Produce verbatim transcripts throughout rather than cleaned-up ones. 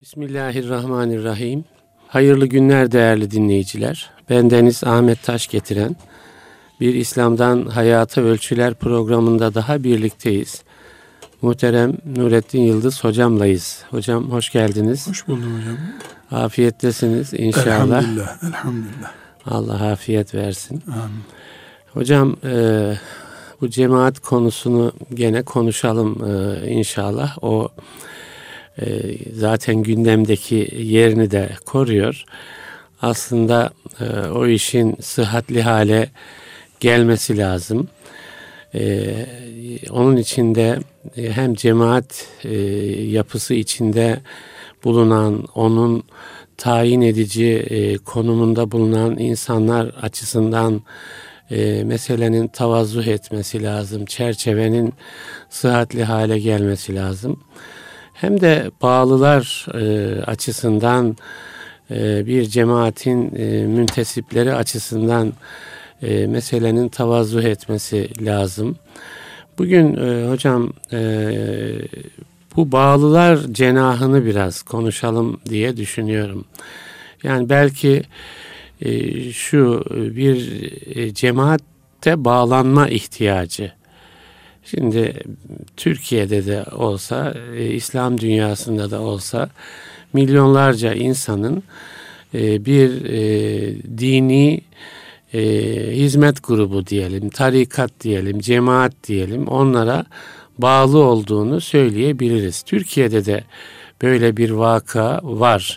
Bismillahirrahmanirrahim. Hayırlı günler değerli dinleyiciler. Bendeniz Ahmet Taş getiren bir İslam'dan Hayata Ölçüler programında daha birlikteyiz. Muhterem Nurettin Yıldız hocamlayız. Hocam hoş geldiniz. Hoş buldum hocam. Afiyettesiniz inşallah. Elhamdülillah, elhamdülillah. Allah afiyet versin. Amin. Hocam e, bu cemaat konusunu gene konuşalım e, inşallah. O e, zaten gündemdeki yerini de koruyor. Aslında e, o işin sıhhatli hale gelmesi lazım. Ee, onun içinde hem cemaat e, yapısı içinde bulunan, onun tayin edici e, konumunda bulunan insanlar açısından e, meselenin tavazuh etmesi lazım. Çerçevenin sıhhatli hale gelmesi lazım. Hem de bağlılar e, açısından e, bir cemaatin e, müntesipleri açısından E, meselenin tavazuh etmesi lazım. Bugün e, hocam e, bu bağlılar cenahını biraz konuşalım diye düşünüyorum. Yani belki e, şu bir e, cemaatte bağlanma ihtiyacı. Şimdi Türkiye'de de olsa, e, İslam dünyasında da olsa milyonlarca insanın e, bir e, dini E, hizmet grubu diyelim, tarikat diyelim, cemaat diyelim, onlara bağlı olduğunu söyleyebiliriz. Türkiye'de de böyle bir vaka var.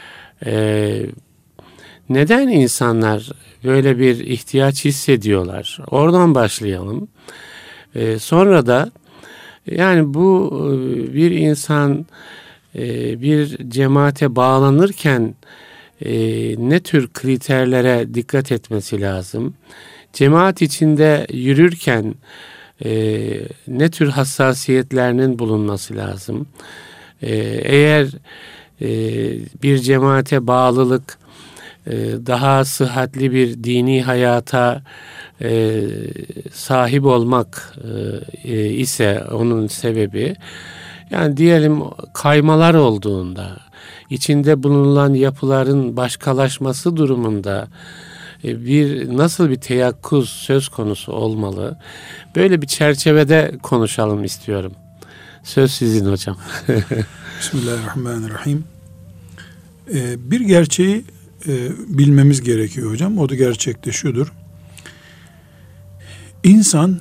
E, neden insanlar böyle bir ihtiyaç hissediyorlar? Oradan başlayalım. E, sonra da yani bu bir insan e, bir cemaate bağlanırken E, ne tür kriterlere dikkat etmesi lazım? Cemaat içinde yürürken e, ne tür hassasiyetlerinin bulunması lazım? E, eğer e, bir cemaate bağlılık e, daha sıhhatli bir dini hayata e, sahip olmak e, ise onun sebebi, yani diyelim kaymalar olduğunda, içinde bulunan yapıların başkalaşması durumunda bir nasıl bir teyakkuz söz konusu olmalı? Böyle bir çerçevede konuşalım istiyorum. Söz sizin hocam. Bismillahirrahmanirrahim. Ee, bir gerçeği e, bilmemiz gerekiyor hocam. O da gerçekte şudur. İnsan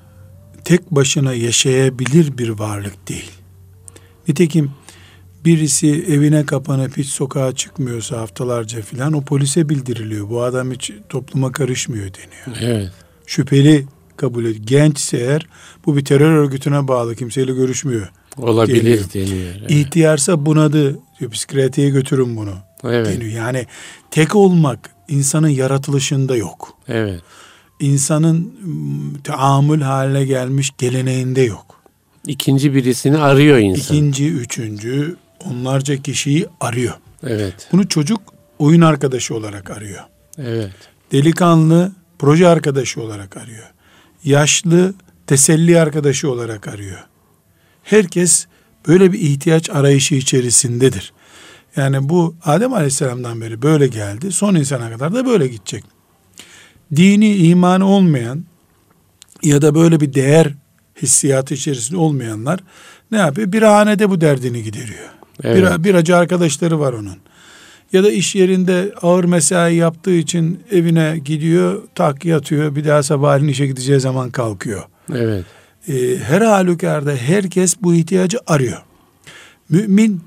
tek başına yaşayabilir bir varlık değil. Nitekim birisi evine kapanıp hiç sokağa çıkmıyorsa haftalarca filan, o polise bildiriliyor. Bu adam hiç topluma karışmıyor deniyor. Evet. Şüpheli kabul ediyor. Gençse eğer bu bir terör örgütüne bağlı, kimseyle görüşmüyor. Olabilir deniyor. deniyor. Evet. İhtiyarsa bunadı diyor, psikiyatriye götürün bunu Evet. deniyor. Yani tek olmak insanın yaratılışında yok. Evet. İnsanın taamül haline gelmiş geleneğinde yok. İkinci birisini arıyor insan. İkinci, üçüncü, onlarca kişiyi arıyor. Evet. Bunu çocuk oyun arkadaşı olarak arıyor. Evet. Delikanlı proje arkadaşı olarak arıyor. Yaşlı teselli arkadaşı olarak arıyor. Herkes böyle bir ihtiyaç arayışı içerisindedir. Yani bu Adem Aleyhisselam'dan beri böyle geldi. Son insana kadar da böyle gidecek. Dini, imanı olmayan ya da böyle bir değer hissiyatı içerisinde olmayanlar ne yapıyor? Bir hanede bu derdini gideriyor. Evet. Bir, bir acı arkadaşları var onun. Ya da iş yerinde ağır mesai yaptığı için evine gidiyor, tak yatıyor. Bir daha sabahleyin işe gideceği zaman kalkıyor. Evet. Ee, her halükarda herkes bu ihtiyacı arıyor. Mümin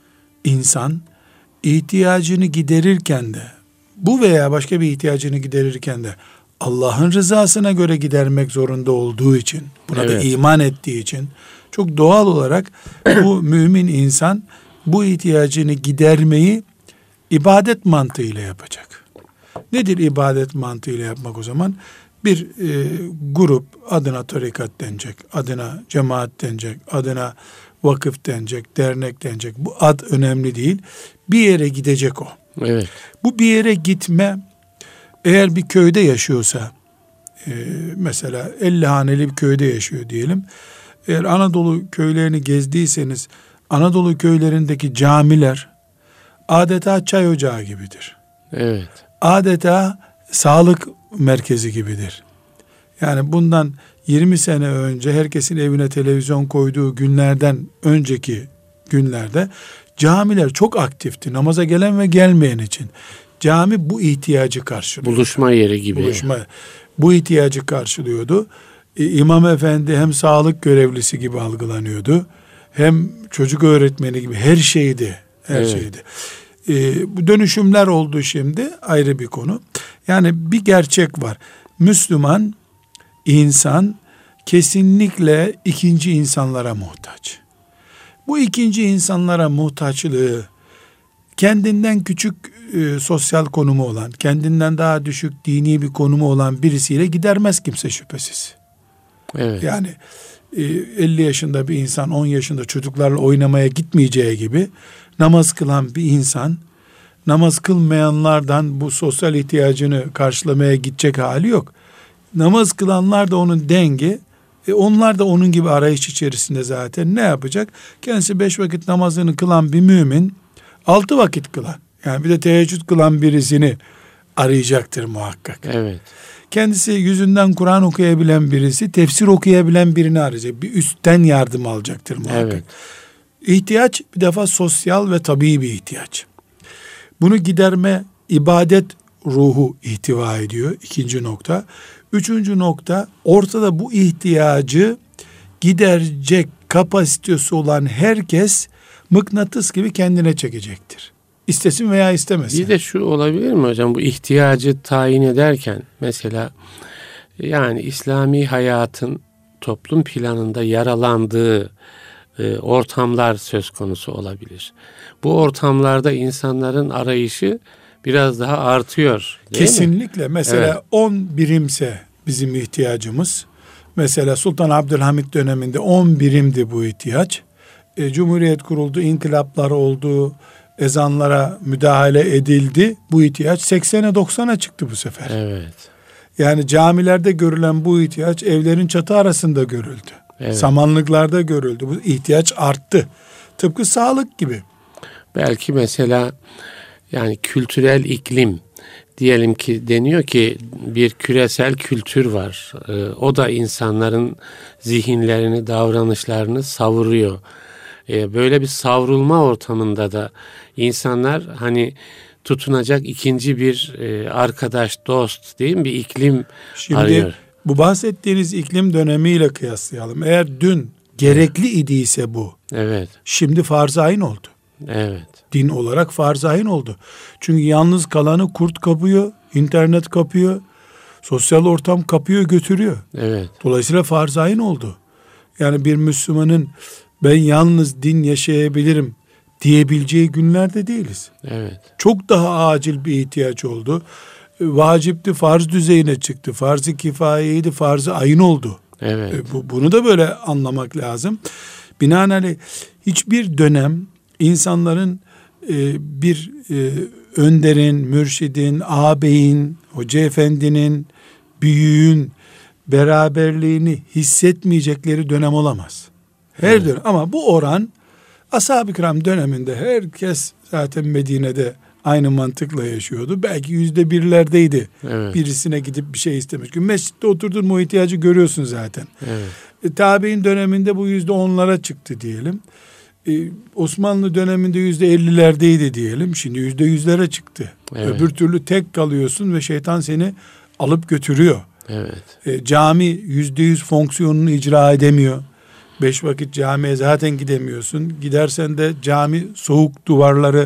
insan ihtiyacını giderirken de, bu veya başka bir ihtiyacını giderirken de Allah'ın rızasına göre gidermek zorunda olduğu için, buna evet. da iman ettiği için çok doğal olarak bu mümin insan bu ihtiyacını gidermeyi ibadet mantığıyla yapacak. Nedir ibadet mantığıyla yapmak o zaman? Bir e, grup adına tarikat denecek, adına cemaat denecek, adına vakıf denecek, dernek denecek. Bu ad önemli değil. Bir yere gidecek o. Evet. Bu bir yere gitme, eğer bir köyde yaşıyorsa, e, mesela elli haneli bir köyde yaşıyor diyelim. Eğer Anadolu köylerini gezdiyseniz Anadolu köylerindeki camiler adeta çay ocağı gibidir. Evet. Adeta sağlık merkezi gibidir. Yani bundan yirmi sene önce herkesin evine televizyon koyduğu günlerden önceki günlerde camiler çok aktifti. Namaza gelen ve gelmeyen için. Cami bu ihtiyacı karşılıyordu. Buluşma yeri gibi. Buluşma. Bu ihtiyacı karşılıyordu. E, İmam efendi hem sağlık görevlisi gibi algılanıyordu. Hem çocuk öğretmeni gibi her şeydi. Her Evet. şeydi. E, bu dönüşümler oldu şimdi, ayrı bir konu. Yani bir gerçek var. Müslüman insan kesinlikle ikinci insanlara muhtaç. Bu ikinci insanlara muhtaçlığı kendinden küçük e, sosyal konumu olan, kendinden daha düşük dini bir konumu olan birisiyle gidermez kimse şüphesiz. Evet. Yani e, elli yaşında bir insan on yaşında çocuklarla oynamaya gitmeyeceği gibi namaz kılan bir insan namaz kılmayanlardan bu sosyal ihtiyacını karşılamaya gidecek hali yok. Namaz kılanlar da onun dengi, e onlar da onun gibi arayış içerisinde zaten. Ne yapacak? Kendisi beş vakit namazını kılan bir mümin, altı vakit kılan, yani bir de teheccüd kılan birisini arayacaktır muhakkak. Evet. Kendisi yüzünden Kur'an okuyabilen birisi, tefsir okuyabilen birini arayacak. Bir üstten yardım alacaktır muhakkak. Evet. İhtiyaç bir defa sosyal ve tabii bir ihtiyaç. Bunu giderme ibadet ruhu ihtiva ediyor. İkinci nokta. Üçüncü nokta, ortada bu ihtiyacı giderecek kapasitesi olan herkes mıknatıs gibi kendine çekecektir. İstesin veya istemesin. Bir de şu olabilir mi hocam, bu ihtiyacı tayin ederken mesela yani İslami hayatın toplum planında yaralandığı e, ortamlar söz konusu olabilir. Bu ortamlarda insanların arayışı biraz daha artıyor. Değil Kesinlikle. mi? Mesela Evet. on birimse bizim ihtiyacımız. Mesela Sultan Abdülhamit döneminde on birimdi bu ihtiyaç. E, Cumhuriyet kuruldu, inkılaplar oldu, ezanlara müdahale edildi. Bu ihtiyaç seksene doksana çıktı bu sefer. Evet. Yani camilerde görülen bu ihtiyaç evlerin çatı arasında görüldü. Evet. Samanlıklarda görüldü. Bu ihtiyaç arttı. Tıpkı sağlık gibi. Belki mesela yani kültürel iklim diyelim ki, deniyor ki bir küresel kültür var. Ee, o da insanların zihinlerini, davranışlarını savuruyor. Ee, böyle bir savrulma ortamında da insanlar hani tutunacak ikinci bir e, arkadaş, dost değil mi? Bir iklim Şimdi arıyor. bu bahsettiğiniz iklim dönemiyle kıyaslayalım. Eğer dün gerekli idiyse bu, Evet, şimdi farz-ı ayn oldu. evet, Din olarak farz-ı ayn oldu. Çünkü yalnız kalanı kurt kapıyor, internet kapıyor, sosyal ortam kapıyor, götürüyor. evet, Dolayısıyla farz-ı ayn oldu. Yani bir Müslümanın ben yalnız din yaşayabilirim diyebileceği günlerde değiliz. evet, Çok daha acil bir ihtiyaç oldu. Vacipti, farz düzeyine çıktı. Farz-ı kifayeydi, farz-ı ayn oldu. evet, E, bu, bunu da böyle anlamak lazım. Binaenaleyh hiçbir dönem insanların e, bir e, önderin, mürşidin, ağabeyin, hoca efendinin, büyüğün beraberliğini hissetmeyecekleri dönem olamaz. Her Evet. dönem. Ama bu oran Ashab-ı Kiram döneminde herkes zaten Medine'de aynı mantıkla yaşıyordu. Belki yüzde birlerdeydi. evet, Birisine gidip bir şey istemiş. Çünkü mescitte oturdun mu ihtiyacı görüyorsun zaten. evet, E, tabi'in döneminde bu yüzde onlara çıktı diyelim. E, Osmanlı döneminde yüzde ellilerdeydi diyelim. Şimdi yüzde yüzlere çıktı. Evet. Öbür türlü tek kalıyorsun ve şeytan seni alıp götürüyor. evet, E, cami yüzde yüz fonksiyonunu icra edemiyor. Beş vakit camiye zaten gidemiyorsun. Gidersen de cami soğuk duvarları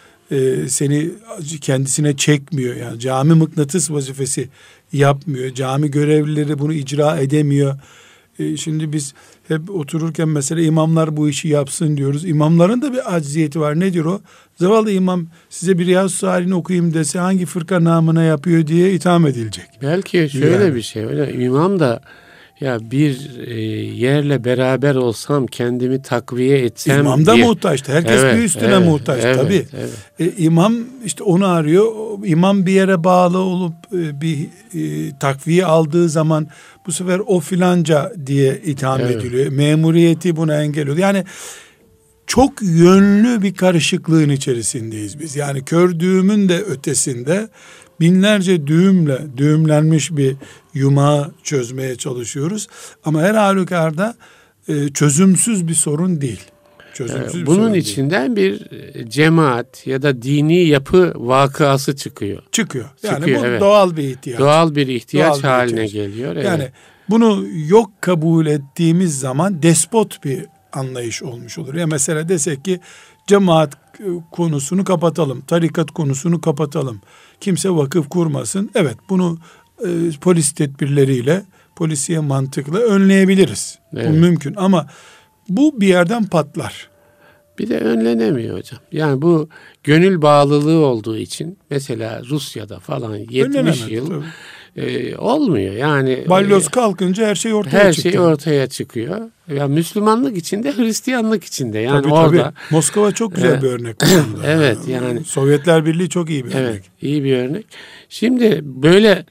e, seni kendisine çekmiyor. Yani cami mıknatıs vazifesi yapmıyor. Cami görevlileri bunu icra edemiyor. E, şimdi biz hep otururken mesela imamlar bu işi yapsın diyoruz. İmamların da bir acziyeti var. Nedir o? Zavallı imam size bir Riyaz-ı Salih'ini okuyayım dese hangi fırka namına yapıyor diye itham edilecek. Belki şöyle Yani. bir şey. Hocam, İmam da ya bir e, yerle beraber olsam, kendimi takviye etsem İmam da diye. muhtaçtı. Herkes Evet, bir üstüne evet, muhtaç evet, tabii. evet. E, imam işte onu arıyor. O, İmam bir yere bağlı olup e, bir e, takviye aldığı zaman bu sefer o filanca diye itham Evet. ediliyor. Memuriyeti buna engel oluyor. Yani çok yönlü bir karışıklığın içerisindeyiz biz. Yani kör düğümün de ötesinde binlerce düğümle düğümlenmiş bir yumağı çözmeye çalışıyoruz. Ama her halükarda e, çözümsüz bir sorun değil. Çözümsüz bir Bunun sorun içinden değil. bir cemaat ya da dini yapı vakası çıkıyor. Çıkıyor. Yani çıkıyor, bu evet. doğal bir ihtiyaç. Doğal bir ihtiyaç Doğal bir haline ihtiyaç. geliyor. Evet. Yani bunu yok kabul ettiğimiz zaman despot bir anlayış olmuş olur. Ya mesela desek ki cemaat konusunu kapatalım, tarikat konusunu kapatalım. Kimse vakıf kurmasın. Evet, bunu e, polis tedbirleriyle, polisiye mantıkla önleyebiliriz. Evet. Bu mümkün ama bu bir yerden patlar. Bir de önlenemiyor hocam. Yani bu gönül bağlılığı olduğu için mesela Rusya'da falan yetmiş yıl e, olmuyor. Yani balyoz e, kalkınca her şey ortaya her çıktı. şey ortaya çıkıyor. Ya Müslümanlık içinde, Hristiyanlık içinde. Yani tabii, orada tabii. Moskova çok güzel Evet. bir örnek. bu konuda. Evet, yani Sovyetler Birliği çok iyi bir evet, örnek. iyi bir örnek. Şimdi böyle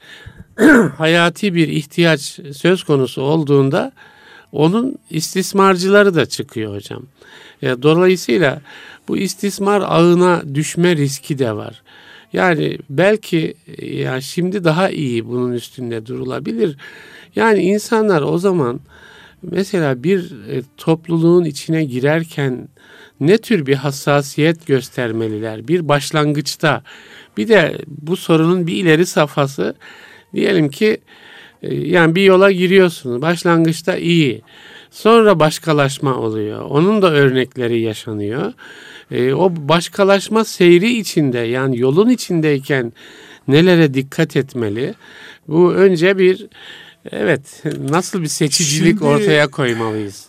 hayati bir ihtiyaç söz konusu olduğunda onun istismarcıları da çıkıyor hocam. Ya, dolayısıyla bu istismar ağına düşme riski de var. Yani belki ya şimdi daha iyi bunun üstünde durulabilir. Yani insanlar o zaman mesela bir e, topluluğun içine girerken ne tür bir hassasiyet göstermeliler? Bir başlangıçta, bir de bu sorunun bir ileri safhası, diyelim ki e, yani bir yola giriyorsunuz. Başlangıçta iyi. Sonra başkalaşma oluyor. Onun da örnekleri yaşanıyor. E, o başkalaşma seyri içinde, yani yolun içindeyken nelere dikkat etmeli? Bu önce bir, evet, nasıl bir seçicilik Şimdi, ortaya koymalıyız?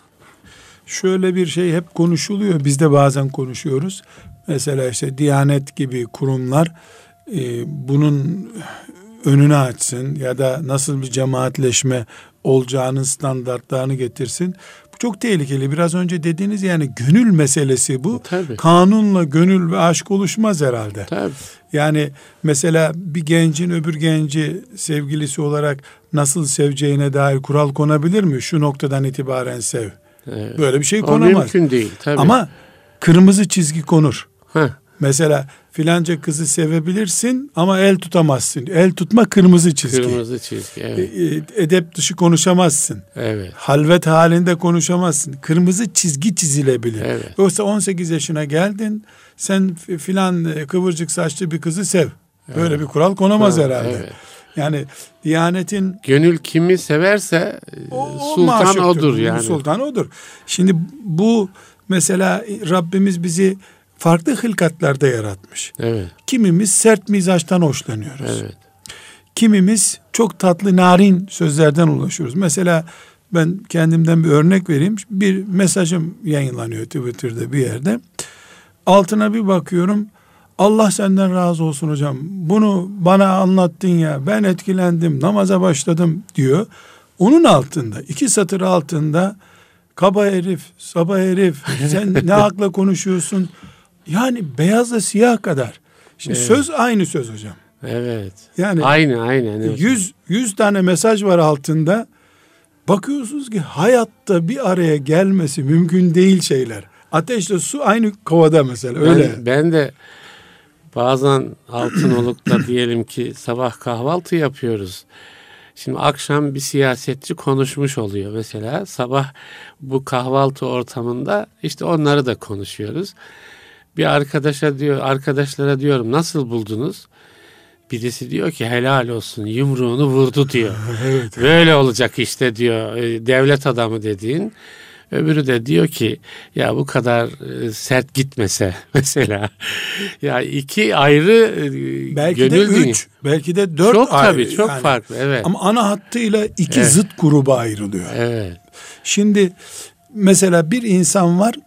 Şöyle bir şey hep konuşuluyor. Biz de bazen konuşuyoruz. Mesela işte Diyanet gibi kurumlar e, bunun önünü açsın ya da nasıl bir cemaatleşme olacağının standartlarını getirsin. Bu çok tehlikeli. Biraz önce dediğiniz yani gönül meselesi bu. Tabii. Kanunla gönül ve aşk oluşmaz herhalde. Tabii. Yani mesela bir gencin öbür genci sevgilisi olarak nasıl seveceğine dair kural konabilir mi? Şu noktadan itibaren sev. Evet. Böyle bir şey O konamaz. mümkün değil tabii. Ama kırmızı çizgi konur. Heh. Mesela filanca kızı sevebilirsin ama el tutamazsın. El tutma kırmızı çizgi. Kırmızı çizgi, evet. E, Edep dışı konuşamazsın. Evet. Halvet halinde konuşamazsın. Kırmızı çizgi çizilebilir. Evet. Yoksa on sekiz yaşına geldin, sen filan kıvırcık saçlı bir kızı sev. Böyle evet. bir kural konamaz evet, herhalde. Evet. Yani Diyanetin gönül kimi severse o, o sultan maşuktur, odur yani. Sultan odur. Şimdi bu mesela Rabbimiz bizi farklı hılkatlarda yaratmış. Evet. Kimimiz sert mizaçtan hoşlanıyoruz. Evet. Kimimiz çok tatlı narin sözlerden ulaşıyoruz. Mesela ben kendimden bir örnek vereyim. Bir mesajım yayınlanıyor Twitter'da bir yerde. Altına bir bakıyorum. Allah senden razı olsun hocam. Bunu bana anlattın ya. Ben etkilendim. Namaza başladım diyor. Onun altında, iki satır altında kaba herif, saba herif, sen ne hakla konuşuyorsun? Yani beyazla siyah kadar. Şimdi evet. Söz aynı söz hocam. Evet. Yani aynı aynı. Yüz, yüz tane mesaj var altında. Bakıyorsunuz ki hayatta bir araya gelmesi mümkün değil şeyler. Ateşle su aynı kovada mesela. Öyle. Ben, ben de bazen Altınoluk'ta diyelim ki sabah kahvaltı yapıyoruz. Şimdi akşam bir siyasetçi konuşmuş oluyor mesela. Sabah bu kahvaltı ortamında işte onları da konuşuyoruz. Bir arkadaşa diyor, arkadaşlara diyorum nasıl buldunuz? Birisi diyor ki helal olsun yumruğunu vurdu diyor. Evet. Böyle olacak işte diyor devlet adamı dediğin. Öbürü de diyor ki ya bu kadar sert gitmese mesela. Ya iki ayrı belki gönül de üç, dünya. belki de dört çok ayrı. Tabii çok yani. farklı evet. Ama ana hattıyla iki evet. zıt gruba ayrılıyor. Evet. Şimdi mesela bir insan var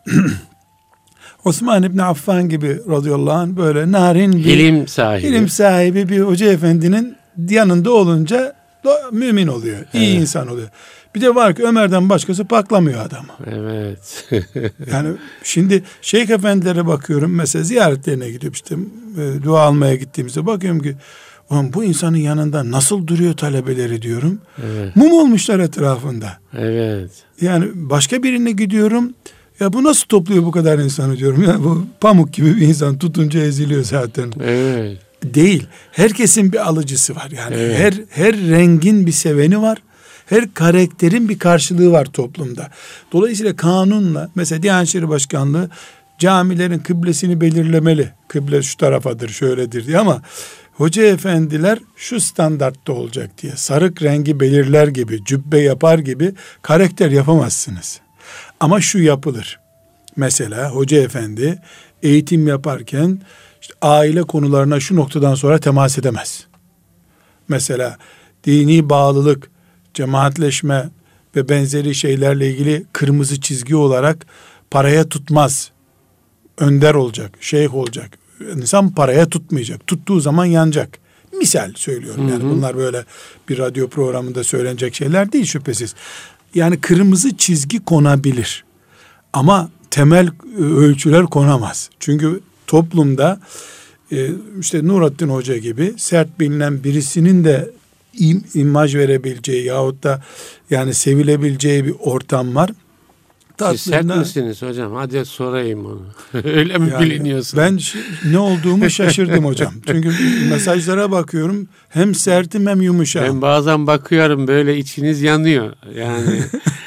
Osman İbni Affan gibi radıyallahu anh böyle narin bir ilim sahibi. ilim sahibi bir hoca efendinin yanında olunca mümin oluyor. İyi evet. insan oluyor. Bir de var ki Ömer'den başkası paklamıyor adamı. Evet. Yani şimdi şeyh efendilere bakıyorum mesela ziyaretlerine gidip işte e, dua almaya gittiğimizde bakıyorum ki bu insanın yanında nasıl duruyor talebeleri diyorum. Evet. Mum olmuşlar etrafında. Evet. Yani başka birine gidiyorum Ya bu nasıl topluyor bu kadar insanı diyorum. Ya bu pamuk gibi bir insan, tutunca eziliyor zaten. Evet. Değil. Herkesin bir alıcısı var. Yani Evet. her her rengin bir seveni var. Her karakterin bir karşılığı var toplumda. Dolayısıyla kanunla, mesela Diyanet İşleri Başkanlığı camilerin kıblesini belirlemeli. Kıble şu tarafadır, şöyledir diye, ama hoca efendiler şu standartta olacak diye sarık rengi belirler gibi, cübbe yapar gibi karakter yapamazsınız. Ama şu yapılır. Mesela hoca efendi eğitim yaparken işte aile konularına şu noktadan sonra temas edemez. Mesela dini bağlılık, cemaatleşme ve benzeri şeylerle ilgili kırmızı çizgi olarak paraya tutmaz. Önder olacak, şeyh olacak. İnsan paraya tutmayacak. Tuttuğu zaman yanacak. Misal söylüyorum. Yani hı hı. Bunlar böyle bir radyo programında söylenecek şeyler değil şüphesiz. Yani kırmızı çizgi konabilir. Ama temel ölçüler konamaz. Çünkü toplumda işte Nurattin Hoca gibi sert bilinen birisinin de im, imaj verebileceği yahut da yani sevilebileceği bir ortam var. Siz sert misiniz hocam? Hadi sorayım onu. Öyle mi yani biliniyorsun? Ben ne olduğumu şaşırdım hocam. Çünkü mesajlara bakıyorum. Hem sertim hem yumuşağım. Ben bazen bakıyorum böyle içiniz yanıyor. Yani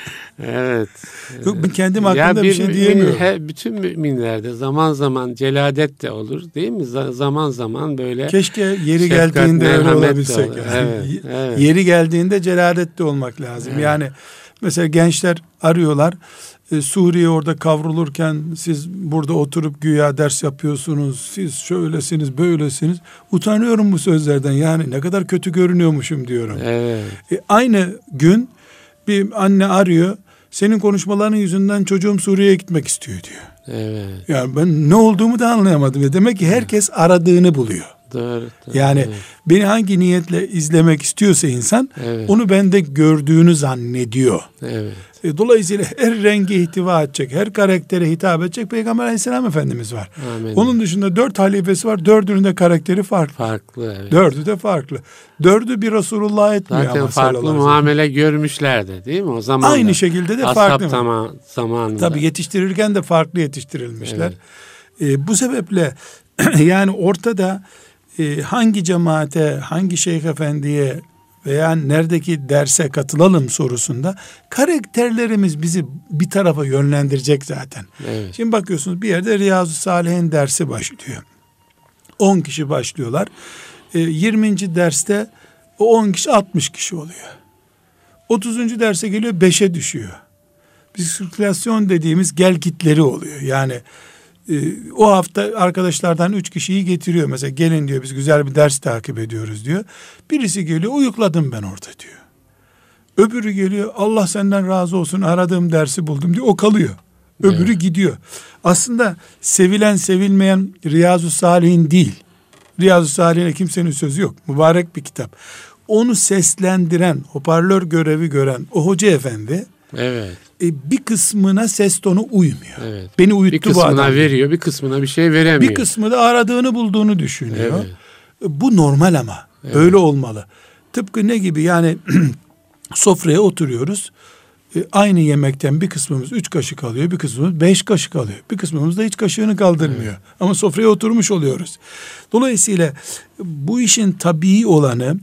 evet. Yok, ben kendim hakkında ya bir, bir şey diyemiyorum. He, bütün müminlerde zaman zaman celadet de olur değil mi? Z- zaman zaman böyle. Keşke yeri şefkat, geldiğinde öyle olabilsek. Yani. Evet, evet. Yeri geldiğinde celadet de olmak lazım. Evet. Yani mesela gençler arıyorlar. Suriye orada kavrulurken siz burada oturup güya ders yapıyorsunuz. Siz şöylesiniz, böylesiniz. Utanıyorum bu sözlerden. Yani ne kadar kötü görünüyormuşum diyorum. Evet. E, aynı gün bir anne arıyor. Senin konuşmaların yüzünden çocuğum Suriye'ye gitmek istiyor diyor. Evet. Yani ben ne olduğumu da anlayamadım. Demek ki herkes aradığını buluyor. Doğru, doğru. Yani evet. Beni hangi niyetle izlemek istiyorsa insan, evet, onu bende gördüğünü zannediyor. Evet. Dolayısıyla her renge ihtiva edecek, her karaktere hitap edecek Peygamber Aleyhisselam Efendimiz var. Amin. Onun dışında dört halifesi var. Dördünün de karakteri farklı. Farklı, evet. Dördü de farklı. Dördü bir Resulullah etmiyor. Zaten ama farklı muamele görmüşlerdi değil mi o zaman? Aynı şekilde de Ashab farklı. Zaman, zamanında. Tabii yetiştirirken de farklı yetiştirilmişler. Evet. E, bu sebeple yani ortada e, hangi cemaate, hangi şeyh efendiye veya neredeki derse katılalım sorusunda karakterlerimiz bizi bir tarafa yönlendirecek zaten. Evet. Şimdi bakıyorsunuz bir yerde Riyazu Salihin dersi başlıyor. on kişi başlıyorlar. E, yirminci derste o on kişi altmış kişi oluyor. otuzuncu derse geliyor beşe düşüyor. Bir sirkülasyon dediğimiz gel gitleri oluyor. Yani e, o hafta arkadaşlardan üç kişiyi getiriyor. Mesela gelin diyor, biz güzel bir ders takip ediyoruz diyor. Birisi geliyor, uyukladım ben orada diyor. Öbürü geliyor, Allah senden razı olsun, aradığım dersi buldum diyor. O kalıyor. Öbürü evet. gidiyor. Aslında sevilen sevilmeyen Riyazu Salihin değil. Riyazu Salihin'e kimsenin sözü yok. Mübarek bir kitap. Onu seslendiren, hoparlör görevi gören o hoca efendi, evet, e, bir kısmına ses tonu uymuyor. Evet. Beni uyuttu bu adam. Bir kısmına veriyor, bir kısmına bir şey veremiyor. Bir kısmı da aradığını bulduğunu düşünüyor. Evet. Bu normal ama. Evet. Öyle olmalı. Tıpkı ne gibi yani sofraya oturuyoruz. E, aynı yemekten bir kısmımız üç kaşık alıyor, bir kısmımız beş kaşık alıyor. Bir kısmımız da hiç kaşığını kaldırmıyor. Evet. Ama sofraya oturmuş oluyoruz. Dolayısıyla bu işin tabii olanı,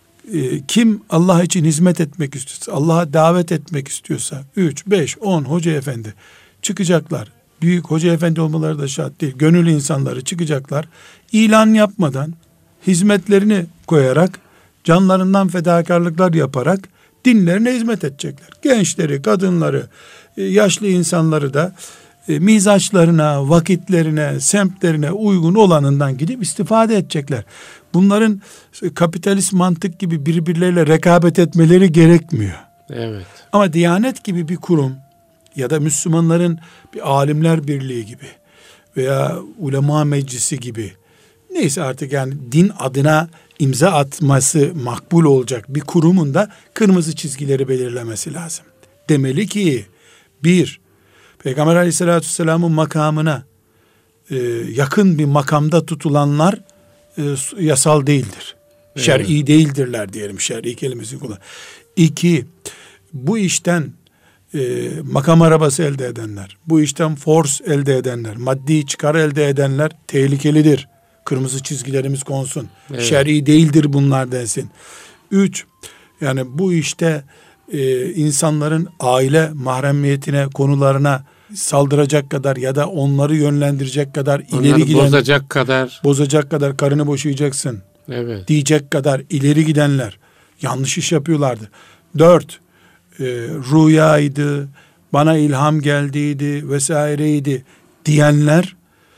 e, kim Allah için hizmet etmek istiyorsa, Allah'a davet etmek istiyorsa üç, beş, on hoca efendi çıkacaklar. Büyük hoca efendi olmaları da şart değil. Gönül insanları çıkacaklar. İlan yapmadan, hizmetlerini koyarak, canlarından fedakarlıklar yaparak dinlerine hizmet edecekler. Gençleri, kadınları, yaşlı insanları da e, mizaçlarına, vakitlerine, semtlerine uygun olanından gidip istifade edecekler. Bunların kapitalist mantık gibi birbirleriyle rekabet etmeleri gerekmiyor. Evet. Ama Diyanet gibi bir kurum ya da Müslümanların bir alimler birliği gibi veya ulema meclisi gibi, neyse artık yani din adına imza atması makbul olacak bir kurumun da kırmızı çizgileri belirlemesi lazım. Demeli ki bir, Peygamber Aleyhisselatü Vesselam'ın makamına e, yakın bir makamda tutulanlar e, yasal değildir. Evet. Şer'i değildirler diyelim, şer'i kelimesini kullan. İki, bu işten e, makam arabası elde edenler, bu işten force elde edenler, maddi çıkar elde edenler tehlikelidir. Kırmızı çizgilerimiz konsun. Evet. Şer'i değildir bunlar densin. Üç, yani bu işte e, insanların aile mahremiyetine, konularına saldıracak kadar ya da onları yönlendirecek kadar onları ileri giden, bozacak kadar bozacak kadar karını boşayacaksın, evet, diyecek kadar ileri gidenler yanlış iş yapıyorlardı. Dört, e, rüyaydı, bana ilham geldiydi vesaireydi diyenler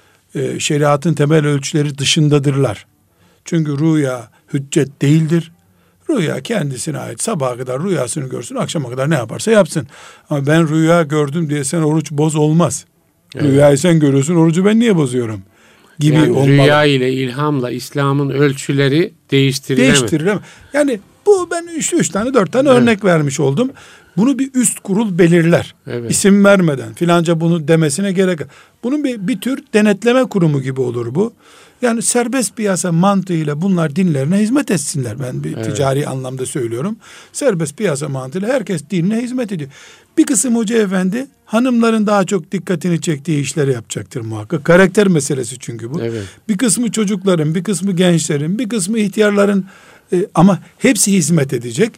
e, şeriatın temel ölçüleri dışındadırlar. Çünkü rüya hüccet değildir. Rüya kendisine ait. Sabaha kadar rüyasını görsün, akşama kadar ne yaparsa yapsın. Ama ben rüya gördüm diye sen oruç boz olmaz. Evet. Rüyayı sen görüyorsun, orucu ben niye bozuyorum? Gibi yani olmalı. Rüya ile ilhamla İslam'ın ölçüleri değiştirilemez. Değiştirilemez. Yani bu ben üç, üç tane dört tane evet. örnek vermiş oldum. Bunu bir üst kurul belirler. Evet. İsim vermeden filanca bunu demesine gerek yok. Bunun bir, bir tür denetleme kurumu gibi olur bu. Yani serbest piyasa mantığıyla bunlar dinlerine hizmet etsinler. Ben bir evet. ticari anlamda söylüyorum. Serbest piyasa mantığıyla herkes dinine hizmet ediyor. Bir kısım hoca efendi hanımların daha çok dikkatini çektiği işleri yapacaktır muhakkak. Karakter meselesi çünkü bu. Evet. Bir kısmı çocukların, bir kısmı gençlerin, bir kısmı ihtiyarların e, ama hepsi hizmet edecek.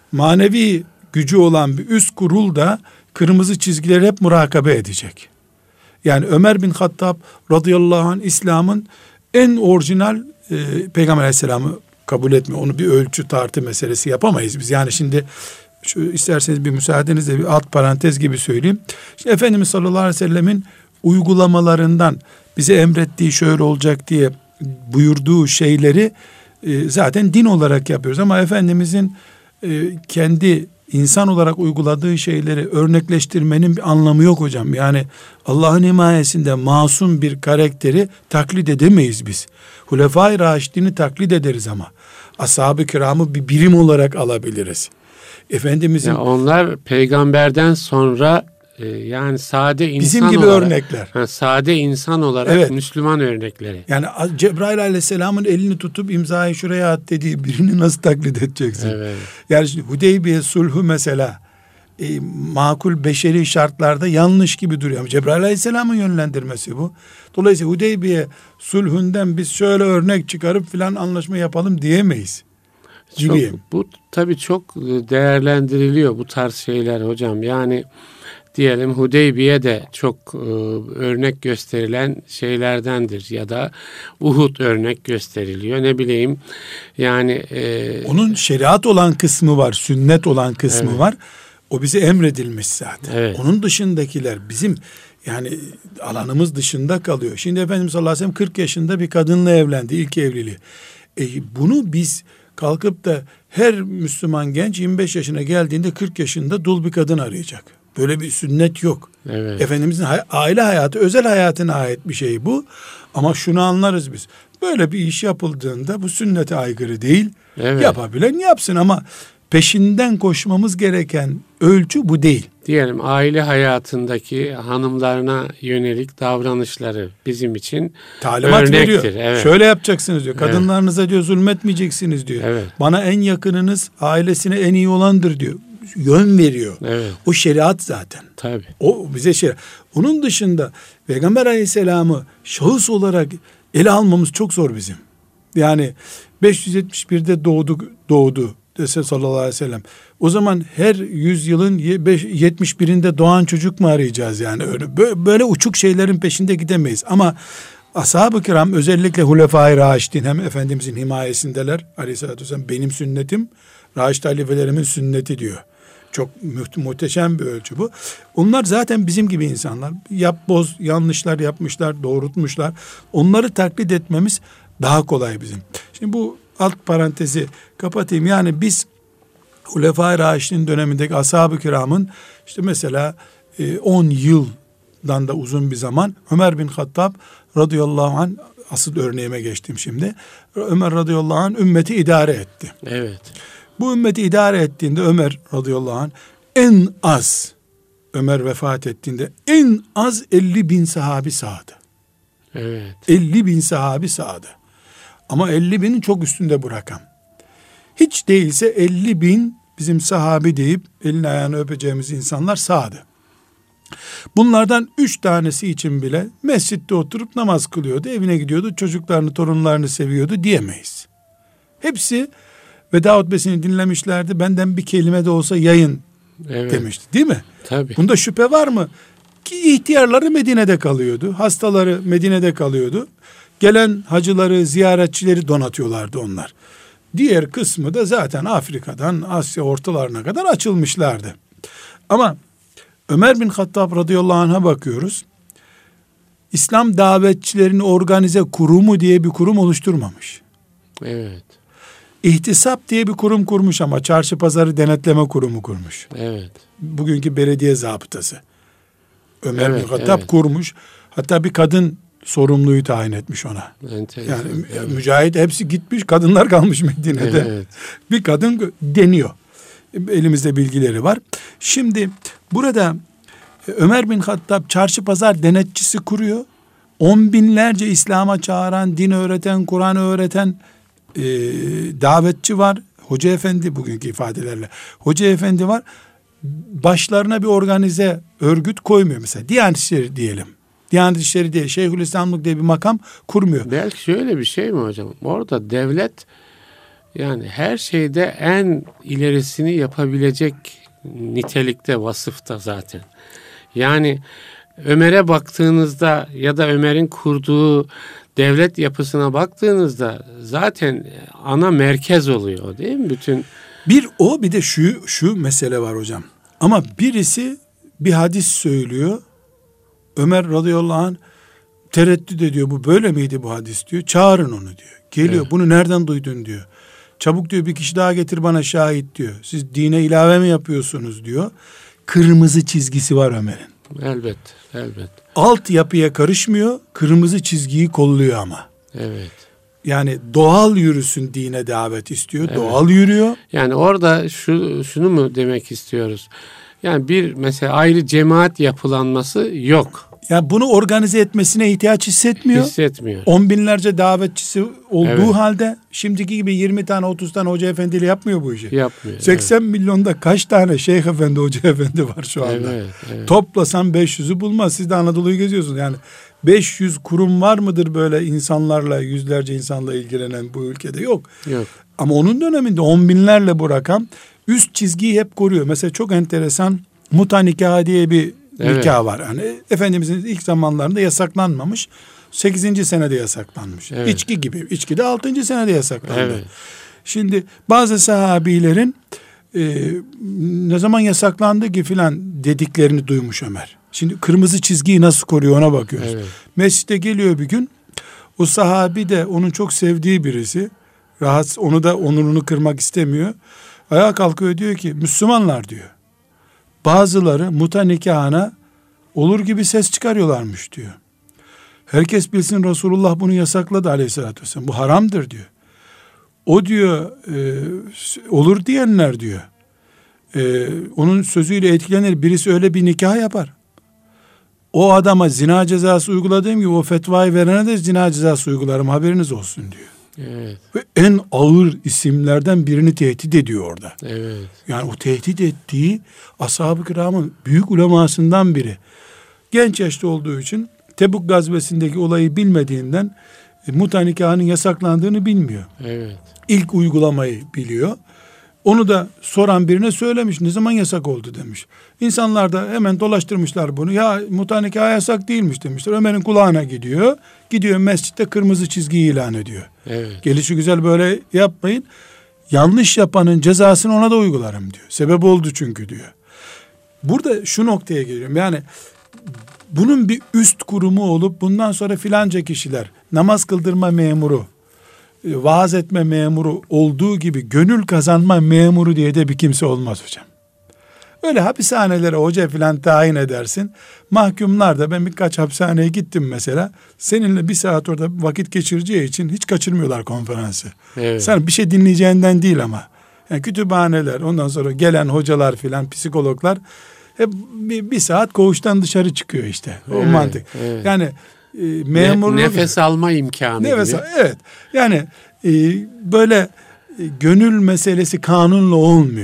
Manevi gücü olan bir üst kurul da kırmızı çizgileri hep murakabe edecek. Yani Ömer bin Hattab radıyallahu anh İslam'ın en orijinal e, Peygamber aleyhisselamı kabul etme. Onu bir ölçü tartı meselesi yapamayız biz. Yani şimdi şu, isterseniz bir müsaadenizle bir alt parantez gibi söyleyeyim. Şimdi Efendimiz sallallahu aleyhi ve sellemin uygulamalarından bize emrettiği şöyle olacak diye buyurduğu şeyleri e, zaten din olarak yapıyoruz. Ama Efendimizin e, kendi insan olarak uyguladığı şeyleri örnekleştirmenin bir anlamı yok hocam. Yani Allah'ın himayesinde masum bir karakteri taklit edemeyiz biz. Hulefai Raşidini taklit ederiz ama ashab-ı kiramı bir birim olarak alabiliriz. Efendimizin ya onlar peygamberden sonra e, yani sade insan bizim gibi olarak, örnekler. Ha, sade insan olarak evet. Müslüman örnekleri. Yani Cebrail aleyhisselamın elini tutup imzayı şuraya at dediği birini nasıl taklit edeceksin? Evet. Yani şimdi Hudeybiye sulhu mesela e, makul beşeri şartlarda yanlış gibi duruyor. Ama Cebrail aleyhisselamın yönlendirmesi bu. Dolayısıyla Hudeybiye sulhünden biz şöyle örnek çıkarıp filan anlaşma yapalım diyemeyiz. Çok, bu tabii çok değerlendiriliyor bu tarz şeyler hocam. Yani diyelim Hudeybiye de çok e, örnek gösterilen şeylerdendir ya da Uhud örnek gösteriliyor. Ne bileyim yani e, onun şeriat olan kısmı var, sünnet olan kısmı evet. var. O bize emredilmiş zaten. Evet. Onun dışındakiler bizim yani alanımız dışında kalıyor. Şimdi Efendimiz sallallahu aleyhi ve sellem kırk yaşında bir kadınla evlendi, ilk evliliği. E, bunu biz kalkıp da her Müslüman genç yirmi beş yaşına geldiğinde kırk yaşında dul bir kadın arayacak. Böyle bir sünnet yok. Evet. Efendimizin hay- aile hayatı, özel hayatına ait bir şey bu. Ama şunu anlarız biz. Böyle bir iş yapıldığında bu sünnete aykırı değil. Evet. Yapabilen yapsın ama peşinden koşmamız gereken ölçü bu değil. Diyelim aile hayatındaki hanımlarına yönelik davranışları bizim için talimat örnektir. veriyor. Evet. Şöyle yapacaksınız diyor. Kadınlarınıza diyor zulmetmeyeceksiniz diyor. Evet. Bana en yakınınız ailesine en iyi olandır diyor. Yön veriyor. Evet. O şeriat zaten. Tabii. O bize şeriat. Onun dışında Peygamber aleyhisselamı şahıs olarak ele almamız çok zor bizim. Yani beş yüz yetmiş birde doğdu, doğdu dese sallallahu aleyhi ve sellem. O zaman her yüzyılın yetmiş birinde doğan çocuk mu arayacağız yani? Öyle, böyle uçuk şeylerin peşinde gidemeyiz. Ama ashab-ı kiram özellikle Hulefai Raşidin hem Efendimizin himayesindeler. Aleyhissalatü vesselam benim sünnetim Raşid halifelerimin sünneti diyor. Çok muhteşem bir ölçü bu. Onlar zaten bizim gibi insanlar. Yap boz yanlışlar yapmışlar, doğrultmuşlar. Onları taklit etmemiz daha kolay bizim. Şimdi bu alt parantezi kapatayım. Yani biz Hulefai Raşidin dönemindeki ashab-ı kiramın işte mesela on yıldan da uzun bir zaman Ömer bin Hattab radıyallahu anh, asıl örneğime geçtim şimdi. Ömer radıyallahu anh ümmeti idare etti. Evet. Bu ümmeti idare ettiğinde Ömer radıyallahu anh en az Ömer vefat ettiğinde en az elli bin sahabi sağdı. Evet. elli bin sahabi sağdı. Ama elli binin çok üstünde bu rakam. Hiç değilse elli bin bizim sahabi deyip elini ayağını öpeceğimiz insanlar sağdı. Bunlardan üç tanesi için bile mescitte oturup namaz kılıyordu, evine gidiyordu, çocuklarını, torunlarını seviyordu diyemeyiz. Hepsi veda hutbesini dinlemişlerdi. Benden bir kelime de olsa yayın evet. demişti, değil mi? Tabii. Bunda şüphe var mı? Ki ihtiyarları Medine'de kalıyordu, hastaları Medine'de kalıyordu. Gelen hacıları, ziyaretçileri donatıyorlardı onlar. Diğer kısmı da zaten Afrika'dan Asya ortalarına kadar açılmışlardı. Ama Ömer bin Hattab radıyallahu anh'a bakıyoruz. İslam davetçilerin organize kurumu diye bir kurum oluşturmamış. Evet. İhtisap diye bir kurum kurmuş ama çarşı pazarı denetleme kurumu kurmuş. Evet. Bugünkü belediye zabıtası. Ömer evet, bin Hattab evet. kurmuş. Hatta bir kadın sorumluyu tayin etmiş ona. Enteresan, yani evet. mücahit hepsi gitmiş, kadınlar kalmış Medine'de. Evet. Bir kadın deniyor. Elimizde bilgileri var. Şimdi burada Ömer bin Hattab çarşı pazar denetçisi kuruyor. On binlerce İslam'a çağıran, din öğreten, Kur'an öğreten e, davetçi var. Hoca efendi, bugünkü ifadelerle hoca efendi var. Başlarına bir organize örgüt koymuyor mesela. Diyanet İşleri diyelim. Diyanet İşleri diye Şeyhülislamlık diye bir makam kurmuyor. Belki şöyle bir şey mi hocam? Orada devlet yani her şeyde en ilerisini yapabilecek nitelikte, vasıfta zaten. Yani Ömer'e baktığınızda ya da Ömer'in kurduğu devlet yapısına baktığınızda zaten ana merkez oluyor, değil mi? Bütün bir o bir de şu şu mesele var hocam. Ama birisi bir hadis söylüyor. Ömer radıyallahu anh tereddüt ediyor. Bu böyle miydi bu hadis diyor. Çağırın onu diyor. Geliyor. Evet. Bunu nereden duydun diyor. Çabuk diyor bir kişi daha getir bana şahit diyor. Siz dine ilave mi yapıyorsunuz diyor. Kırmızı çizgisi var Ömer'in. Elbet, elbet. Alt yapıya karışmıyor. Kırmızı çizgiyi kolluyor ama. Evet. Yani doğal yürüsün dine davet istiyor. Evet. Doğal yürüyor. Yani orada şu şunu mu demek istiyoruz? Yani bir mesela ayrı cemaat yapılanması yok. Yani bunu organize etmesine ihtiyaç hissetmiyor. Hissetmiyor. On binlerce davetçisi olduğu evet. halde şimdiki gibi yirmi tane otuz tane hoca efendiyle yapmıyor bu işi. Yapmıyor. seksen evet. milyonda kaç tane şeyh efendi, hoca efendi var şu anda. Evet, evet. Toplasan beş yüzü bulmaz. Siz de Anadolu'yu geziyorsunuz. Yani beş yüz kurum var mıdır böyle insanlarla, yüzlerce insanla ilgilenen bu ülkede? Yok. Yok. Ama onun döneminde on binlerle bu rakam üst çizgiyi hep koruyor. Mesela çok enteresan muta nikahı diye bir evet. nikah var. Yani Efendimizin ilk zamanlarında yasaklanmamış. sekizinci senede yasaklanmış. Evet. İçki gibi. İçki de altıncı senede yasaklandı. Evet. Şimdi bazı sahabilerin e, ne zaman yasaklandı ki filan dediklerini duymuş Ömer. Şimdi kırmızı çizgiyi nasıl koruyor ona bakıyoruz. Evet. Mescide geliyor bir gün. O sahabi de onun çok sevdiği birisi. Rahatsız, onu da onurunu kırmak istemiyor. Ayağa kalkıyor, diyor ki Müslümanlar diyor. Bazıları muta nikahına olur gibi ses çıkarıyorlarmış diyor. Herkes bilsin Resulullah bunu yasakladı aleyhissalatü vesselam. Bu haramdır diyor. O diyor e, olur diyenler diyor. E, onun sözüyle etkilenir, birisi öyle bir nikah yapar. O adama zina cezası uyguladığım gibi o fetvayı verene de zina cezası uygularım, haberiniz olsun diyor. Evet. Ve en ağır isimlerden birini tehdit ediyor orada. Evet. Yani o tehdit ettiği ashab-ı kiramın büyük ulemasından biri. Genç yaşta olduğu için Tebuk gazvesindeki olayı bilmediğinden e, muta nikahının yasaklandığını bilmiyor. Evet. İlk uygulamayı biliyor. Onu da soran birine söylemiş. Ne zaman yasak oldu demiş. İnsanlar da hemen dolaştırmışlar bunu. Ya muta nikahı yasak değilmiş demişler. Ömer'in kulağına gidiyor. Gidiyor mescitte kırmızı çizgiyi ilan ediyor. Evet. Gelişi güzel böyle yapmayın. Yanlış yapanın cezasını ona da uygularım diyor. Sebep oldu çünkü diyor. Burada şu noktaya geliyorum. Yani bunun bir üst kurumu olup bundan sonra filanca kişiler namaz kıldırma memuru, vaaz etme memuru olduğu gibi gönül kazanma memuru diye de bir kimse olmaz hocam. Öyle hapishanelere hoca filan tayin edersin. Mahkumlar da, ben birkaç hapishaneye gittim mesela. Seninle bir saat orada vakit geçireceği için hiç kaçırmıyorlar konferansı. Evet. Sen bir şey dinleyeceğinden değil ama. Yani kütüphaneler, ondan sonra gelen hocalar filan, psikologlar hep bir, bir saat koğuştan dışarı çıkıyor işte. O evet, mantık. Evet. Yani e, memurluk, ne, nefes alma imkanı nefes gibi. Al, evet. Yani e, böyle e, gönül meselesi kanunla olmuyor.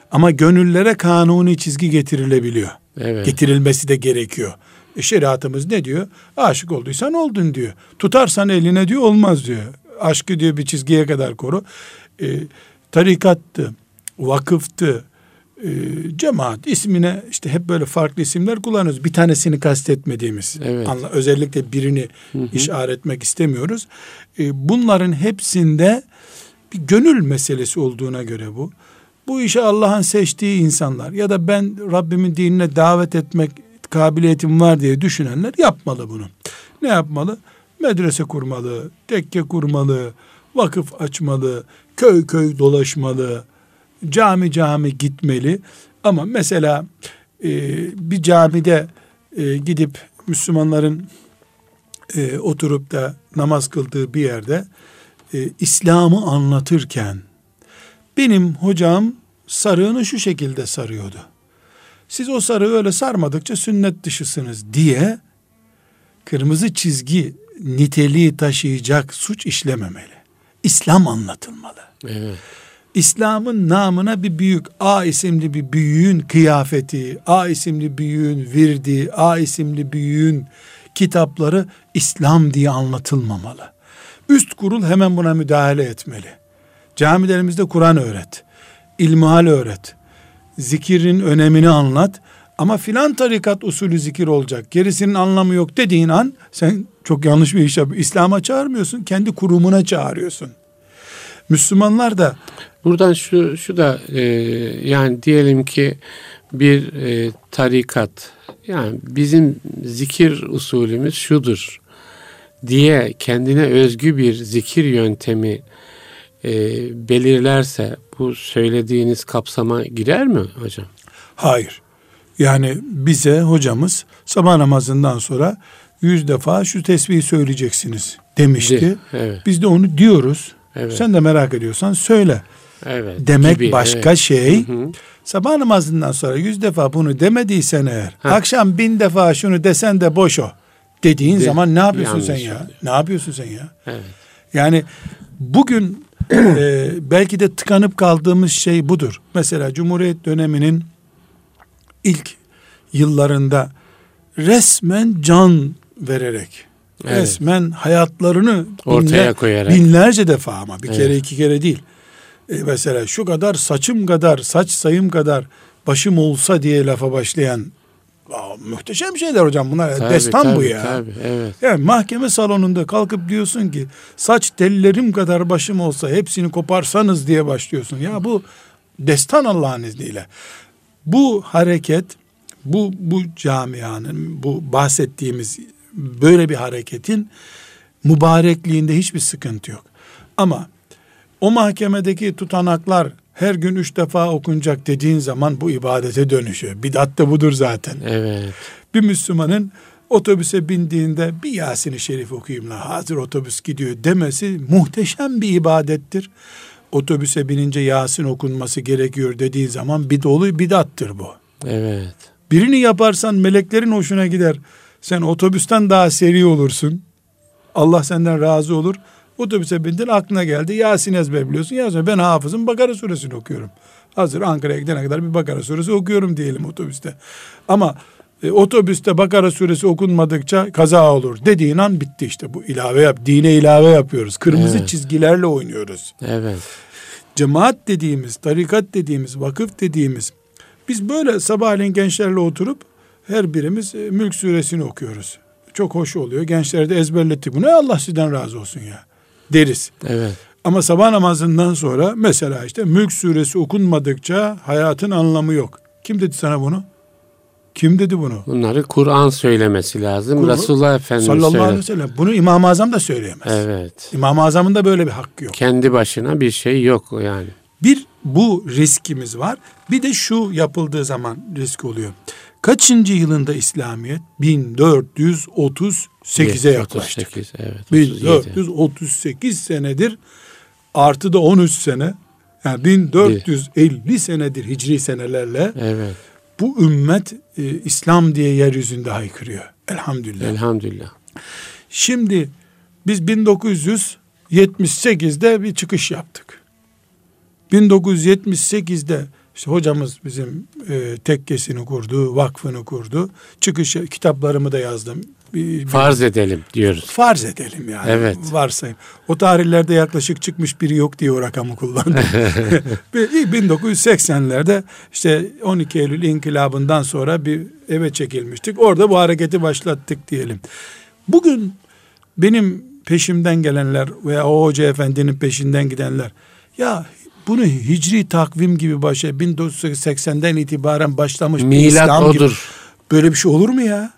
Ama gönüllere kanuni çizgi getirilebiliyor. Evet. Getirilmesi de gerekiyor. E şeriatımız ne diyor? Aşık olduysan oldun diyor. Tutarsan eline diyor olmaz diyor. Aşkı diyor bir çizgiye kadar koru. E, tarikattı, vakıftı, e, cemaat ismine işte hep böyle farklı isimler kullanıyoruz. Bir tanesini kastetmediğimiz. Evet. Anla, özellikle birini Hı hı. işaret etmek istemiyoruz. E, bunların hepsinde bir gönül meselesi olduğuna göre bu. Bu işi Allah'ın seçtiği insanlar ya da ben Rabbimin dinine davet etmek kabiliyetim var diye düşünenler yapmalı bunu. Ne yapmalı? Medrese kurmalı, tekke kurmalı, vakıf açmalı, köy köy dolaşmalı, cami cami gitmeli. Ama mesela e, bir camide e, gidip Müslümanların e, oturup da namaz kıldığı bir yerde e, İslam'ı anlatırken benim hocam sarığını şu şekilde sarıyordu. Siz o sarığı öyle sarmadıkça sünnet dışısınız diye kırmızı çizgi niteliği taşıyacak suç işlememeli. İslam anlatılmalı. Evet. İslam'ın namına bir büyük, A isimli bir büyüğün kıyafeti, A isimli büyüğün virdi, A isimli büyüğün kitapları İslam diye anlatılmamalı. Üst kurul hemen buna müdahale etmeli. Camilerimizde Kur'an öğret, ilmihal öğret, zikirin önemini anlat ama filan tarikat usulü zikir olacak, gerisinin anlamı yok dediğin an sen çok yanlış bir iş yapıyorsun. İslam'a çağırmıyorsun, kendi kurumuna çağırıyorsun. Müslümanlar da buradan şu şu da e, yani diyelim ki bir e, tarikat, yani bizim zikir usulümüz şudur diye kendine özgü bir zikir yöntemi e, belirlerse bu söylediğiniz kapsama girer mi hocam? hayır. Yani bize hocamız sabah namazından sonra yüz defa şu tesbihi söyleyeceksiniz demişti. Evet. Biz de onu diyoruz. Evet. Sen de merak ediyorsan söyle. Evet. Demek gibi, başka evet. şey. Hı hı. Sabah namazından sonra yüz defa bunu demediysen eğer, Ha. akşam bin defa şunu desen de boş o dediğin De, zaman ne yapıyorsun yanlış sen ya? oluyor. Ne yapıyorsun sen ya? Evet. Yani bugün e, belki de tıkanıp kaldığımız şey budur. Mesela Cumhuriyet döneminin ilk yıllarında resmen can vererek, Evet. resmen hayatlarını Ortaya binler, koyarak. binlerce defa ama bir Evet. kere iki kere değil. E mesela şu kadar saçım kadar, saç sayım kadar başım olsa diye lafa başlayan aa, muhteşem şeyler hocam bunlar. Tabii, Destan tabii, bu ya. Tabii, evet. Yani mahkeme salonunda kalkıp diyorsun ki saç tellerim kadar başım olsa hepsini koparsanız diye başlıyorsun. Ya bu destan Allah'ın izniyle. Bu hareket, bu bu camianın, bu bahsettiğimiz böyle bir hareketin mübarekliğinde hiçbir sıkıntı yok. Ama o mahkemedeki tutanaklar her gün üç defa okunacak dediğin zaman bu ibadete dönüşüyor. Bidat da budur zaten. Evet. Bir Müslümanın otobüse bindiğinde bir Yasin-i Şerif okuyayım la hazır otobüs gidiyor demesi muhteşem bir ibadettir. Otobüse binince Yasin okunması gerekiyor dediğin zaman bir dolu bidattır bu. Evet. Birini yaparsan meleklerin hoşuna gider. Sen otobüsten daha seri olursun. Allah senden razı olur. Otobüse bindin aklına geldi. Yasin ezberliyorsun. Yasin ben hafızım Bakara suresini okuyorum. Hazır Ankara'ya gidene kadar bir Bakara suresi okuyorum diyelim otobüste. Ama e, otobüste Bakara suresi okunmadıkça kaza olur dediğin an bitti işte. Bu ilave yap. Dine ilave yapıyoruz. Kırmızı Evet. çizgilerle oynuyoruz. Evet. Cemaat dediğimiz, tarikat dediğimiz, vakıf dediğimiz, biz böyle sabahleyin gençlerle oturup her birimiz e, Mülk suresini okuyoruz. Çok hoş oluyor. Gençlere de ezberlettik bunu. Allah sizden razı olsun ya deriz. Evet. Ama sabah namazından sonra mesela işte Mülk suresi okunmadıkça hayatın anlamı yok. Kim dedi sana bunu? Kim dedi bunu? Bunları Kur'an söylemesi lazım. Kur- Resulullah Efendimiz Sallallahu söyledi. aleyhi ve sellem. Bunu İmam-ı Azam da söyleyemez. Evet. İmam-ı Azam'ın da böyle bir hakkı yok. Kendi başına bir şey yok yani. Bir bu riskimiz var. Bir de şu yapıldığı zaman risk oluyor. Kaçıncı yılında İslamiyet? bin dört yüz otuz sekize yaklaştık. otuz sekiz, evet. bin dört yüz otuz sekiz senedir artı da on üç sene yani bin dört yüz elli senedir hicri senelerle Evet. bu ümmet e, İslam diye yeryüzünde haykırıyor. Elhamdülillah. Elhamdülillah. Şimdi biz bin dokuz yüz yetmiş sekizde bir çıkış yaptık. bin dokuz yüz yetmiş sekizde İşte hocamız bizim e, tekkesini kurdu, vakfını kurdu. Çıkış kitaplarımı da yazdım. Bir, bir, farz edelim diyoruz. Farz edelim yani. Evet. Varsayım. O tarihlerde yaklaşık çıkmış biri yok diye o rakamı kullandım. bin dokuz yüz seksenlerde işte on iki Eylül İnkılabı'ndan sonra bir eve çekilmiştik. Orada bu hareketi başlattık diyelim. Bugün benim peşimden gelenler veya o hoca efendinin peşinden gidenler, ya bunu hicri takvim gibi başa bin dokuz yüz seksenden itibaren başlamış bir milat İslam odur gibi. Böyle bir şey olur mu ya?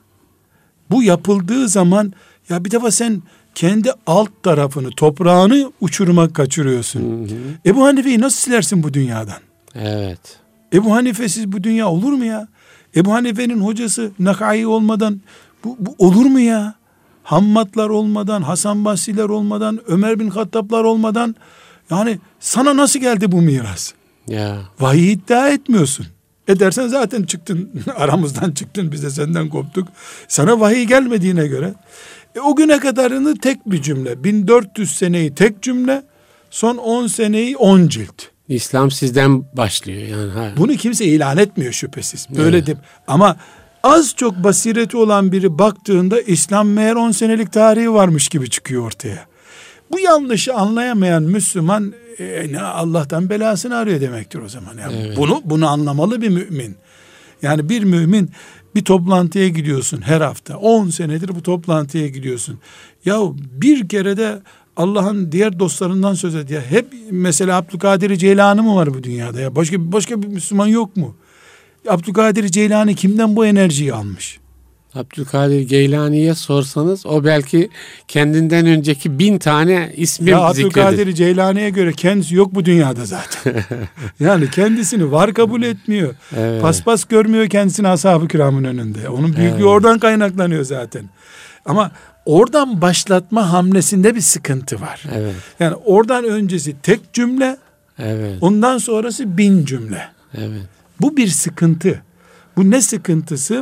Bu yapıldığı zaman ya bir defa sen kendi alt tarafını, toprağını uçuruma kaçırıyorsun. Hı hı. Ebu Hanife'yi nasıl silersin bu dünyadan? Evet. Ebu Hanife'siz bu dünya olur mu ya? Ebu Hanife'nin hocası Nak'ai olmadan bu, bu olur mu ya? Hammadlar olmadan, Hasan Basri'ler olmadan, Ömer bin Hattab'lar olmadan, yani sana nasıl geldi bu miras? Ya. Vahiy iddia etmiyorsun. Edersen zaten çıktın, aramızdan çıktın, biz de senden koptuk. Sana vahiy gelmediğine göre e, o güne kadarını tek bir cümle, bin dört yüz seneyi tek cümle, son on seneyi on cilt. İslam sizden başlıyor yani. Ha. Bunu kimse ilan etmiyor şüphesiz. Böyle evet. de, ama az çok basireti olan biri baktığında İslam meğer on senelik tarihi varmış gibi çıkıyor ortaya. Bu yanlışı anlayamayan Müslüman e, Allah'tan belasını arıyor demektir o zaman. Yani evet. Bunu bunu anlamalı bir mümin. Yani bir mümin, bir toplantıya gidiyorsun her hafta. on senedir bu toplantıya gidiyorsun. Ya bir kere de Allah'ın diğer dostlarından söz et ya. Hep mesela Abdülkadir Ceylani mı var bu dünyada ya? Başka başka bir Müslüman yok mu? Abdülkadir Ceylani kimden bu enerjiyi almış? Abdülkadir Geylani'ye sorsanız o belki kendinden önceki bin tane ismi ya zikredir. Abdülkadir Ceylani'ye göre kendisi yok bu dünyada zaten. Yani kendisini var kabul etmiyor. Evet. Paspas görmüyor kendisini ashab-ı kiramın önünde. Onun büyüklüğü evet. oradan kaynaklanıyor zaten. Ama oradan başlatma hamlesinde bir sıkıntı var. Evet. Yani oradan öncesi tek cümle, evet. ondan sonrası bin cümle. Evet. Bu bir sıkıntı. Bu ne sıkıntısı?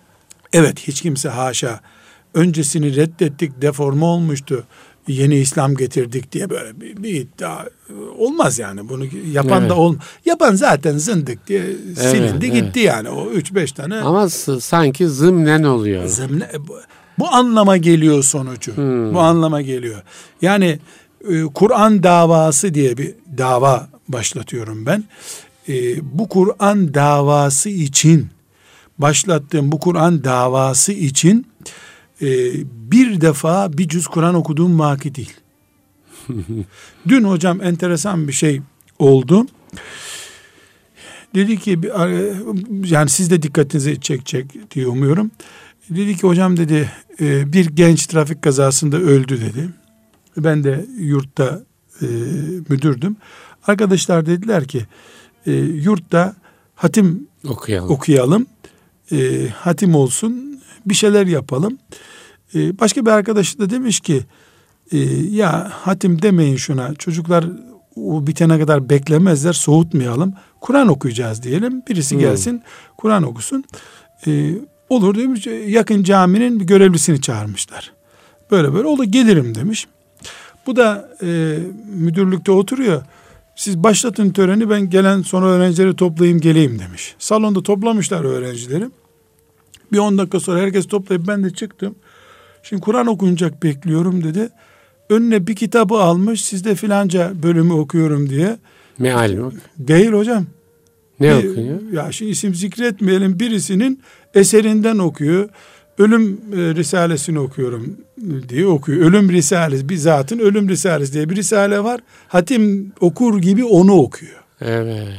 Evet, hiç kimse haşa öncesini reddettik, deforme olmuştu, yeni İslam getirdik diye böyle bir, bir iddia olmaz yani. Bunu yapan evet. da olmaz. Yapan zaten zındık diye evet, silindi evet. gitti yani o üç beş tane. Ama sanki zımnen oluyor. Zımnen, bu, bu anlama geliyor sonucu. Hmm. Bu anlama geliyor. Yani e, Kur'an davası diye bir dava başlatıyorum ben. E, bu Kur'an davası için başlattığım bu Kur'an davası için e, bir defa bir cüz Kur'an okuduğum vaki değil. Dün hocam enteresan bir şey oldu. Dedi ki, yani siz de dikkatinizi çekecek diye umuyorum. Dedi ki hocam dedi bir genç trafik kazasında öldü dedi. Ben de yurtta e, müdürdüm. Arkadaşlar dediler ki e, yurtta hatim okuyalım. okuyalım. E, hatim olsun, bir şeyler yapalım. E, başka bir arkadaş da demiş ki e, ya hatim demeyin şuna, çocuklar o bitene kadar beklemezler, soğutmayalım, Kur'an okuyacağız diyelim, birisi hmm. gelsin Kur'an okusun. E, olur demiş, yakın caminin bir görevlisini çağırmışlar. Böyle böyle olur, gelirim demiş. Bu da e, müdürlükte oturuyor. Siz başlatın töreni, ben gelen sonra öğrencileri toplayayım geleyim demiş. Salonda toplamışlar öğrencileri. Bir on dakika sonra herkes toplayıp ben de çıktım. Şimdi Kur'an okunacak bekliyorum dedi. Önüne bir kitabı almış, sizde filanca bölümü okuyorum diye. Meal mi? Değil hocam. Ne bir, okuyor? Ya şimdi isim zikretmeyelim, birisinin eserinden okuyor. Ölüm e, Risalesini okuyorum diye okuyor. Ölüm Risalesi, bir zatın Ölüm Risalesi diye bir risale var. Hatim okur gibi onu okuyor. Evet.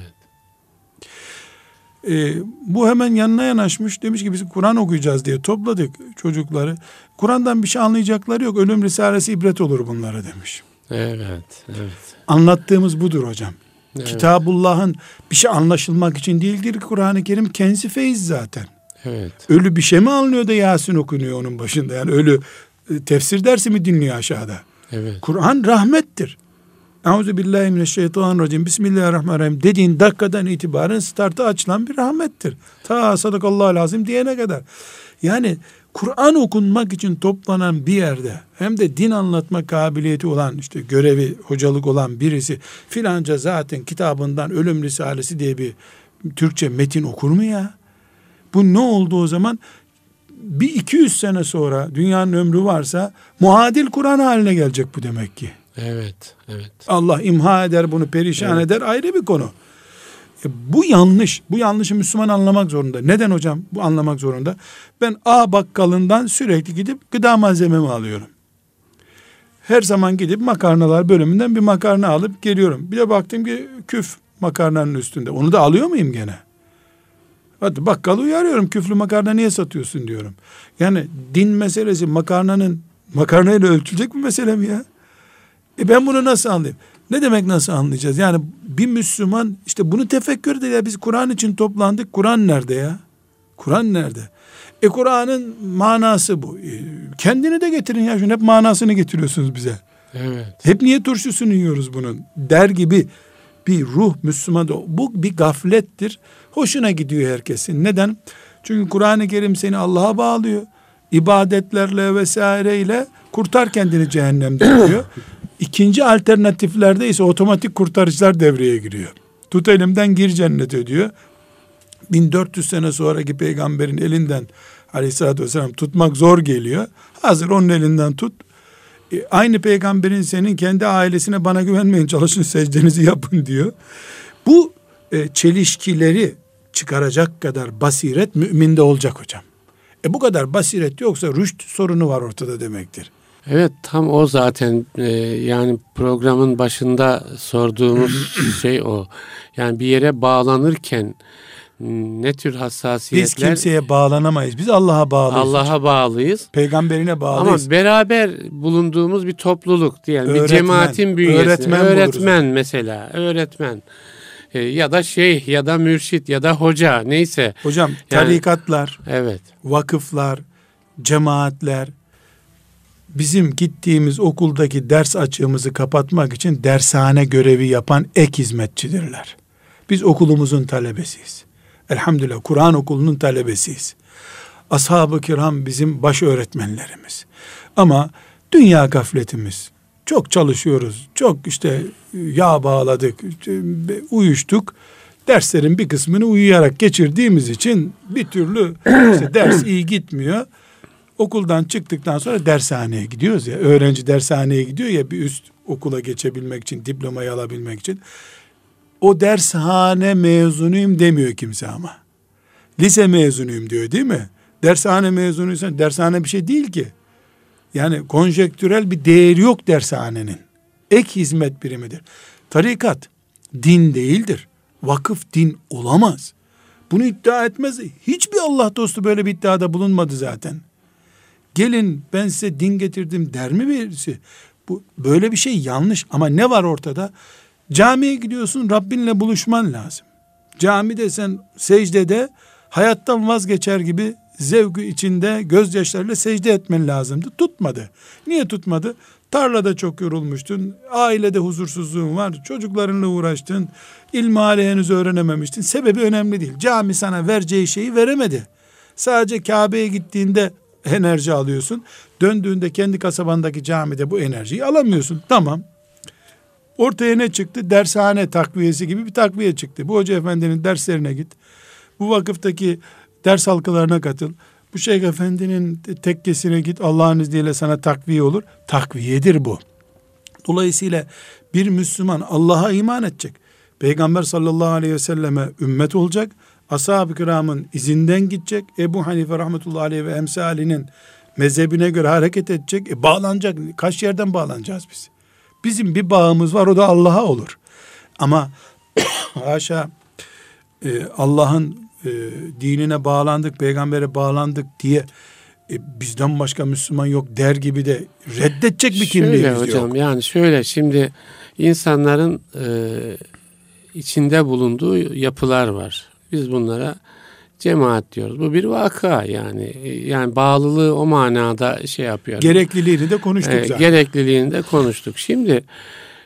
E, bu hemen yanına yanaşmış, demiş ki biz Kur'an okuyacağız diye topladık çocukları. Kur'an'dan bir şey anlayacakları yok. Ölüm Risalesi ibret olur bunlara demiş. Evet, evet. Anlattığımız budur hocam. Evet. Kitabullah'ın bir şey anlaşılmak için değildir. Kur'an-ı Kerim kendisi feyiz zaten. Evet. Ölü bir şey mi anlıyor da Yasin okunuyor onun başında? Yani ölü tefsir dersi mi dinliyor aşağıda? Evet. Kur'an rahmettir. Euzubillahimineşşeytanirracim, Bismillahirrahmanirrahim dediğin dakikadan itibaren startı açılan bir rahmettir. Ta sadakallahu lazim diyene kadar. Yani Kur'an okunmak için toplanan bir yerde hem de din anlatma kabiliyeti olan, işte görevi, hocalık olan birisi filanca zaten kitabından Ölüm Risalesi diye bir Türkçe metin okur mu ya? Bu ne oldu o zaman? Bir iki yüz sene sonra dünyanın ömrü varsa muadil Kur'an haline gelecek bu demek ki. Evet, evet. Allah imha eder bunu, perişan evet. eder, ayrı bir konu. E, bu yanlış. Bu yanlışı Müslüman anlamak zorunda. Neden hocam bu anlamak zorunda? Ben A bakkalından sürekli gidip gıda malzememi alıyorum. Her zaman gidip makarnalar bölümünden bir makarna alıp geliyorum. Bir de baktım ki küf makarnanın üstünde. Onu da alıyor muyum gene? Hadi bakkalı uyarıyorum. Küflü makarna niye satıyorsun diyorum. Yani din meselesi makarnanın makarnayla ölçülecek bir mesele mi ya? E ben bunu nasıl anlayayım? Ne demek nasıl anlayacağız? Yani bir Müslüman işte bunu tefekkür ediyor. Ya biz Kur'an için toplandık. Kur'an nerede ya? Kur'an nerede? E Kur'an'ın manası bu. E, kendini de getirin ya. Şunu hep manasını getiriyorsunuz bize. Evet. Hep niye turşusunu yiyoruz bunun? Der gibi bir ruh Müslüman'da. Bu bir gaflettir. Hoşuna gidiyor herkesin. Neden? Çünkü Kur'an-ı Kerim seni Allah'a bağlıyor. İbadetlerle vesaireyle kurtar kendini cehennemden diyor. İkinci alternatiflerde ise otomatik kurtarıcılar devreye giriyor. Tut elimden gir cennete diyor. bin dört yüz sene sonraki peygamberin elinden aleyhissalatü vesselam tutmak zor geliyor. Hazır onun elinden tut. E, aynı peygamberin senin kendi ailesine bana güvenmeyin, çalışın secdenizi yapın diyor. Bu e, çelişkileri çıkaracak kadar basiret müminde olacak hocam. E bu kadar basiret yoksa rüşt sorunu var ortada demektir. Evet, tam o zaten e, yani programın başında sorduğumuz şey o. Yani bir yere bağlanırken ne tür hassasiyetler? Biz kimseye bağlanamayız. Biz Allah'a bağlıyız. Allah'a bağlıyız. Peygamberine bağlıyız. Ama beraber bulunduğumuz bir topluluk diyelim. Öğretmen, bir cemaatin bünyesinde. öğretmen, öğretmen mesela. Öğretmen. E, ya da şeyh ya da mürşit ya da hoca neyse. Hocam yani, tarikatlar, evet. vakıflar, cemaatler bizim gittiğimiz okuldaki ders açığımızı kapatmak için dershane görevi yapan ek hizmetçidirler. Biz okulumuzun talebesiyiz. Elhamdülillah Kur'an okulunun talebesiyiz. Ashab-ı kiram bizim baş öğretmenlerimiz. Ama dünya gafletimiz. Çok çalışıyoruz. Çok işte yağ bağladık, uyuştuk. Derslerin bir kısmını uyuyarak geçirdiğimiz için bir türlü işte ders iyi gitmiyor. Okuldan çıktıktan sonra dershaneye gidiyoruz ya. Öğrenci dershaneye gidiyor ya bir üst okula geçebilmek için, diplomayı alabilmek için. O dershane mezunuyum demiyor kimse ama. Lise mezunuyum diyor değil mi? Dershane mezunuysan dershane bir şey değil ki. Yani konjektürel bir değeri yok dershanenin. Ek hizmet birimidir. Tarikat din değildir. Vakıf din olamaz. Bunu iddia etmez. Hiçbir Allah dostu böyle bir iddiada bulunmadı zaten. Gelin ben size din getirdim der mi birisi? Bu böyle bir şey yanlış. Ama ne var ortada? Camiye gidiyorsun, Rabbinle buluşman lazım. Camide sen secdede hayattan vazgeçer gibi zevkü içinde gözyaşlarıyla secde etmen lazımdı. Tutmadı. Niye tutmadı? Tarlada çok yorulmuştun, ailede huzursuzluğun var, çocuklarınla uğraştın, ilmihali henüz öğrenememiştin. Sebebi önemli değil. Cami sana vereceği şeyi veremedi. Sadece Kabe'ye gittiğinde enerji alıyorsun. Döndüğünde kendi kasabandaki camide bu enerjiyi alamıyorsun. Tamam. Ortaya ne çıktı? Dershane takviyesi gibi bir takviye çıktı. Bu hoca efendinin derslerine git. Bu vakıftaki ders halkalarına katıl. Bu şeyh efendinin tekkesine git. Allah'ın izniyle sana takviye olur. Takviyedir bu. Dolayısıyla bir Müslüman Allah'a iman edecek. Peygamber sallallahu aleyhi ve selleme ümmet olacak. Ashab-ı kiramın izinden gidecek. Ebu Hanife rahmetullahi aleyhi ve emsalinin mezhebine göre hareket edecek. E, bağlanacak. Kaç yerden bağlanacağız biz? Bizim bir bağımız var, o da Allah'a olur. Ama haşa e, Allah'ın e, dinine bağlandık, peygambere bağlandık diye e, bizden başka Müslüman yok der gibi de reddedecek bir kimliğimiz yok. Şöyle hocam, yani şöyle şimdi insanların e, içinde bulunduğu yapılar var. Biz bunlara cemaat diyoruz. Bu bir vaka yani. Yani bağlılığı o manada şey yapıyor. Gerekliliğini de konuştuk ee, zaten. Gerekliliğini de konuştuk. Şimdi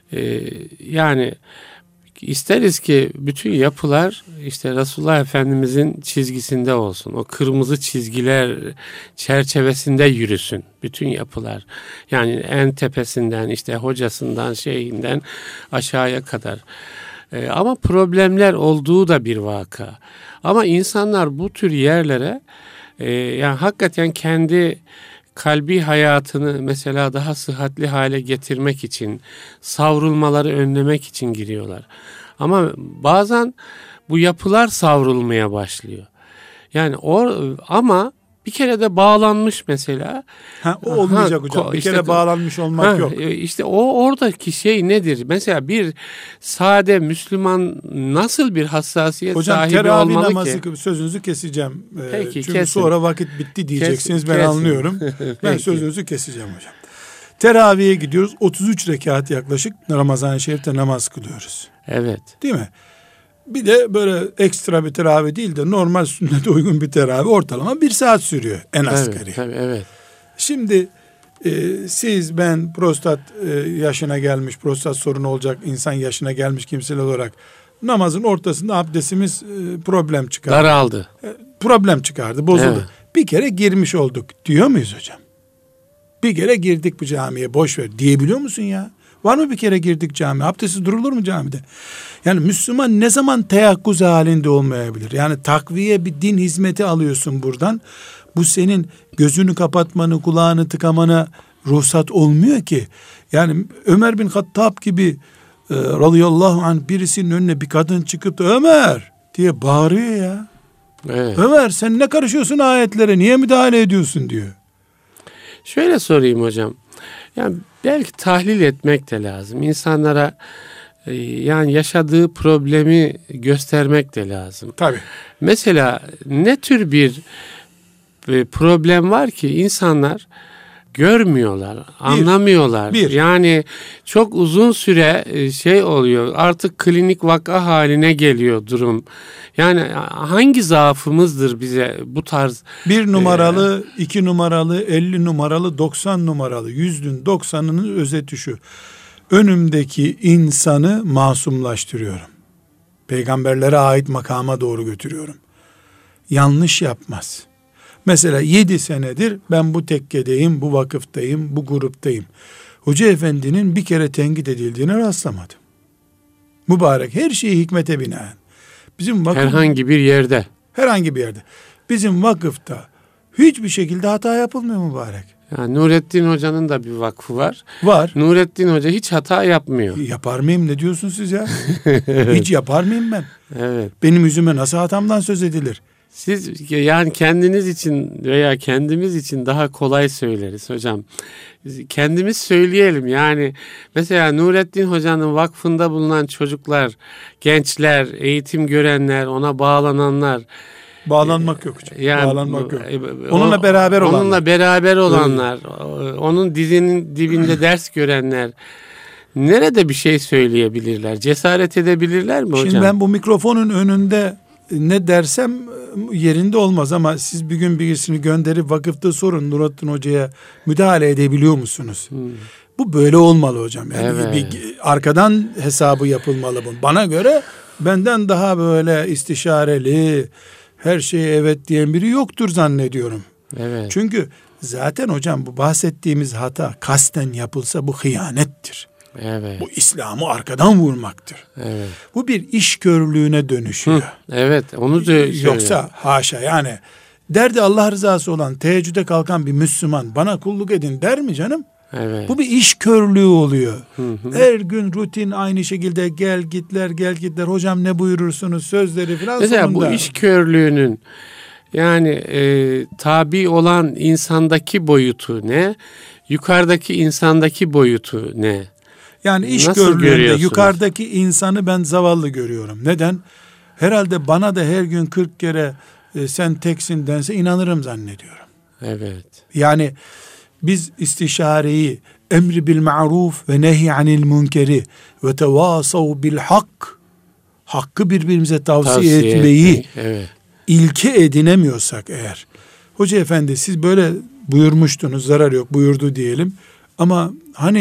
Ee, yani isteriz ki bütün yapılar işte Resulullah Efendimizin çizgisinde olsun. O kırmızı çizgiler çerçevesinde yürüsün bütün yapılar. Yani en tepesinden işte hocasından şeyinden aşağıya kadar. Ee, ama problemler olduğu da bir vaka. Ama insanlar bu tür yerlere e, yani hakikaten kendi kalbi hayatını mesela daha sıhhatli hale getirmek için, savrulmaları önlemek için giriyorlar. Ama bazen bu yapılar savrulmaya başlıyor. Yani o ama bir kere de bağlanmış mesela. Ha, o olmayacak ha, hocam. Bir işte, kere bağlanmış olmak ha, yok. İşte o oradaki şey nedir? Mesela bir sade Müslüman nasıl bir hassasiyet hocam, sahibi olmalı ki? Hocam teravih namazı sözünüzü keseceğim. Peki, Çünkü kesin. Sonra vakit bitti diyeceksiniz. Kes, ben kesin. Anlıyorum. Ben sözünüzü keseceğim hocam. Teraviye gidiyoruz. otuz üç rekat yaklaşık Ramazan-ı Şerif'te namaz kılıyoruz. Evet. Değil mi? Bir de böyle ekstra bir teravih değil de normal sünnete uygun bir teravih ortalama bir saat sürüyor en asgari. Evet, tabii, evet. Şimdi e, siz, ben prostat e, yaşına gelmiş, prostat sorunu olacak insan yaşına gelmiş kimseler olarak namazın ortasında abdestimiz e, problem çıkardı. Daraldı. E, problem çıkardı, bozuldu. Evet. Bir kere girmiş olduk diyor muyuz hocam? Bir kere girdik bu camiye, boş ver diyebiliyor musun ya? Var mı bir kere girdik camiye? Abdestsiz durulur mu camide? Yani Müslüman ne zaman teyakkuz halinde olmayabilir? Yani takviye bir din hizmeti alıyorsun buradan. Bu senin gözünü kapatmanı, kulağını tıkamana ruhsat olmuyor ki. Yani Ömer bin Hattab gibi e, radıyallahu anh birisinin önüne bir kadın çıkıp da Ömer diye bağırıyor ya. Evet. Ömer sen ne karışıyorsun ayetlere? Niye müdahale ediyorsun diyor. Şöyle sorayım hocam. Yani belki tahlil etmek de lazım. İnsanlara e, yani yaşadığı problemi göstermek de lazım. Tabii. Mesela ne tür bir e, problem var ki insanlar görmüyorlar, bir, anlamıyorlar. Bir. Yani çok uzun süre e, şey oluyor. Artık klinik vaka haline geliyor durum. Yani hangi zaafımızdır bize bu tarz? Bir numaralı, e, iki numaralı, elli numaralı, doksan numaralı, yüzün doksanının özeti şu. Önümdeki insanı masumlaştırıyorum. Peygamberlere ait makama doğru götürüyorum. Yanlış yapmaz. Mesela yedi senedir ben bu tekkedeyim, bu vakıftayım, bu gruptayım. Hoca efendinin bir kere tenkit edildiğine rastlamadım. Mübarek her şeyi hikmete binaen. Bizim vakıf, herhangi bir yerde. Herhangi bir yerde. Bizim vakıfta hiçbir şekilde hata yapılmıyor mübarek. Yani Nurettin Hoca'nın da bir vakfı var. Var. Nurettin Hoca hiç hata yapmıyor. Yapar mıyım? Ne diyorsunuz siz ya? Hiç yapar mıyım ben? Evet. Benim yüzüme nasıl hatamdan söz edilir? Siz yani kendiniz için veya kendimiz için daha kolay söyleriz hocam. Kendimiz söyleyelim yani. Mesela Nurettin Hoca'nın vakfında bulunan çocuklar, gençler, eğitim görenler, ona bağlananlar. Bağlanmak yok hocam. Yani, Bağlanmak yok. O, onunla beraber olanlar. Onunla beraber olanlar. Evet. Onun dizinin dibinde ders görenler. Nerede bir şey söyleyebilirler? Cesaret edebilirler mi hocam? Şimdi ben bu mikrofonun önünde ne dersem yerinde olmaz ama siz bir gün birisini gönderip vakıfta sorun Nurettin Hoca'ya müdahale edebiliyor musunuz? Hmm. Bu böyle olmalı hocam. Yani evet. bir, arkadan hesabı yapılmalı bu. Bana göre benden daha böyle istişareli, her şeye evet diyen biri yoktur zannediyorum. Evet. Çünkü zaten hocam bu bahsettiğimiz hata kasten yapılsa bu hıyanettir. Evet. Bu İslam'ı arkadan vurmaktır. Evet. Bu bir işkörlüğüne dönüşüyor. Hı, evet, onu da yoksa haşa yani derdi Allah rızası olan teheccüde kalkan bir Müslüman bana kulluk edin der mi canım? Evet. Bu bir işkörlüğü oluyor. Hı hı. Her gün rutin aynı şekilde gel gitler gel gitler hocam ne buyurursunuz sözleri falan mesela sonunda. Bu işkörlüğünün yani e, tabi olan insandaki boyutu ne? Yukarıdaki insandaki boyutu ne? Yani iş görülüğünde yukarıdaki insanı ben zavallı görüyorum. Neden? Herhalde bana da her gün kırk kere e, sen teksin dense inanırım zannediyorum. Evet. Yani biz istişareyi emri bil ma'ruf ve nehy anil münkeri ve tevasav bil hak hakkı birbirimize tavsiye, tavsiye etmeyi evet. ilke edinemiyorsak eğer. Hoca efendi siz böyle buyurmuştunuz, zarar yok buyurdu diyelim. Ama hani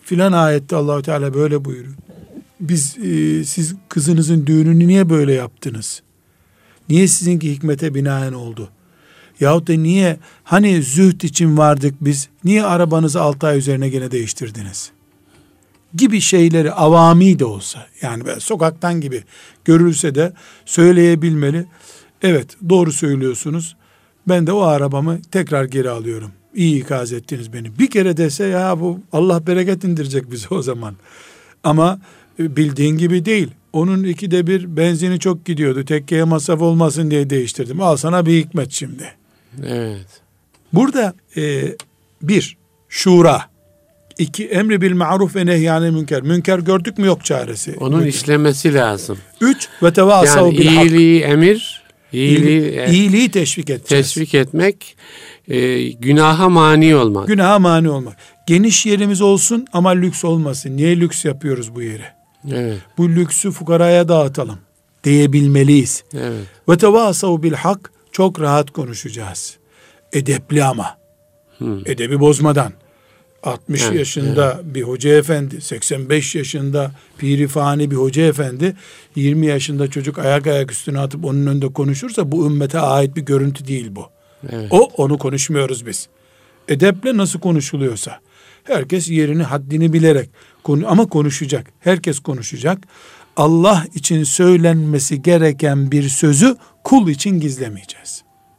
filan ayette Allahu Teala böyle buyuruyor. Biz e, siz kızınızın düğününü niye böyle yaptınız? Niye sizinki hikmete binaen oldu? Yahut da niye hani zühd için vardık biz, niye arabanızı altı ay üzerine gene değiştirdiniz? Gibi şeyleri avami de olsa, yani böyle sokaktan gibi görülse de söyleyebilmeli. Evet, doğru söylüyorsunuz. Ben de o arabamı tekrar geri alıyorum. İyi ikaz ettiniz beni. Bir kere dese ya bu Allah bereket indirecek bize o zaman. Ama bildiğin gibi değil. Onun ikide bir benzini çok gidiyordu. Tekkeye masraf olmasın diye değiştirdim. Al sana bir hikmet şimdi. Evet. Burada e, bir, şura. İki, emri bil ma'ruf ve nehyanil münker. Münker gördük mü yok çaresi. Onun Münker. işlemesi lazım. Üç, ve tevasav Yani bil hak. iyiliği emir, iyiliği, iyiliği teşvik edeceğiz. teşvik etmek, e, günaha mani olmak. Günaha mani olmak. Geniş yerimiz olsun ama lüks olmasın. Niye lüks yapıyoruz bu yeri? Evet. Bu lüksü fukaraya dağıtalım diyebilmeliyiz. Evet. Ve tevasav bil hak, çok rahat konuşacağız. Edepli ama. Hmm. Edebi bozmadan. altmış Evet, yaşında bir hoca efendi, seksen beş yaşında pirifani bir hoca efendi, yirmi yaşında çocuk ayak ayak üstüne atıp onun önünde konuşursa bu ümmete ait bir görüntü değil bu. Evet. O, onu konuşmuyoruz biz. Edeple nasıl konuşuluyorsa. Herkes yerini, haddini bilerek konu, ama konuşacak. Herkes konuşacak. Allah için söylenmesi gereken bir sözü kul için gizlemeyeceğiz.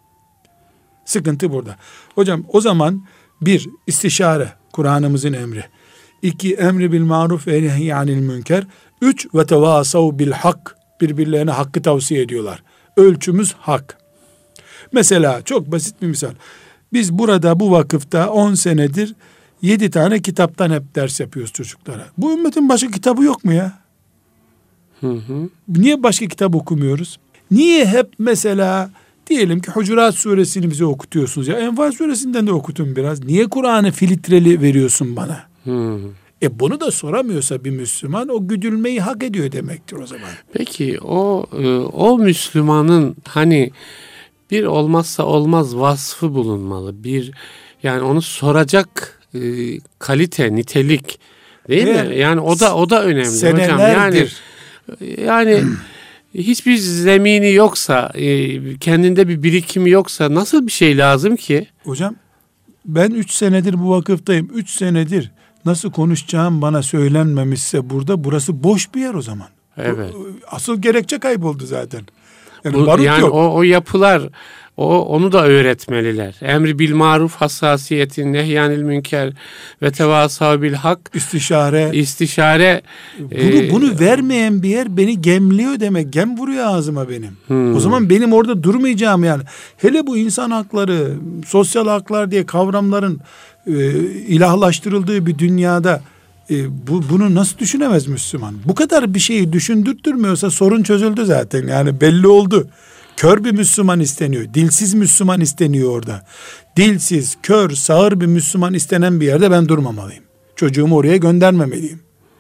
Sıkıntı burada. Hocam o zaman bir, istişare, Kur'an'ımızın emri. İki, emri bil maruf ve nehyanil münker. Üç, ve tevasav bil hak. Birbirlerine hakkı tavsiye ediyorlar. Ölçümüz hak. Mesela çok basit bir misal. Biz burada bu vakıfta on senedir yedi tane kitaptan hep ders yapıyoruz çocuklara. Bu ümmetin başka kitabı yok mu ya? Hı hı. Niye başka kitap okumuyoruz? Niye hep mesela diyelim ki Hucurat suresini bize okutuyorsunuz ya, Enfal suresinden de okutun biraz. Niye Kur'an'ı filtreli veriyorsun bana? Hı. E bunu da soramıyorsa bir Müslüman, o güdülmeyi hak ediyor demektir o zaman. Peki o e, o Müslümanın hani bir olmazsa olmaz vasfı bulunmalı. Bir, yani onu soracak e, kalite, nitelik değil Evet. mi? Yani o da o da önemli hocam. Yani Senelerdir. yani hiçbir zemini yoksa, e, kendinde bir birikimi yoksa nasıl bir şey lazım ki? Hocam ben üç senedir bu vakıftayım. Üç senedir nasıl konuşacağım bana söylenmemişse burada, burası boş bir yer o zaman. Evet. Asıl gerekçe kayboldu zaten. Yani, Bu, barut yani yok. o o yapılar, o onu da öğretmeliler. Emri bil maruf hassasiyetin, nehyanil münker ve tevasav bil hak, İstişare. istişare. Bunu, e, bunu vermeyen bir yer beni gemliyor demek. Gem vuruyor ağzıma benim. Hmm. O zaman benim orada durmayacağım yani. Hele bu insan hakları, sosyal haklar diye kavramların e, ilahlaştırıldığı bir dünyada e, bu, bunu nasıl düşünemez Müslüman? Bu kadar bir şeyi düşündürtmüyorsa sorun çözüldü zaten. Yani belli oldu. Kör bir Müslüman isteniyor. Dilsiz Müslüman isteniyor orada. Dilsiz, kör, sağır bir Müslüman istenen bir yerde ben durmamalıyım. Çocuğumu oraya göndermemeliyim.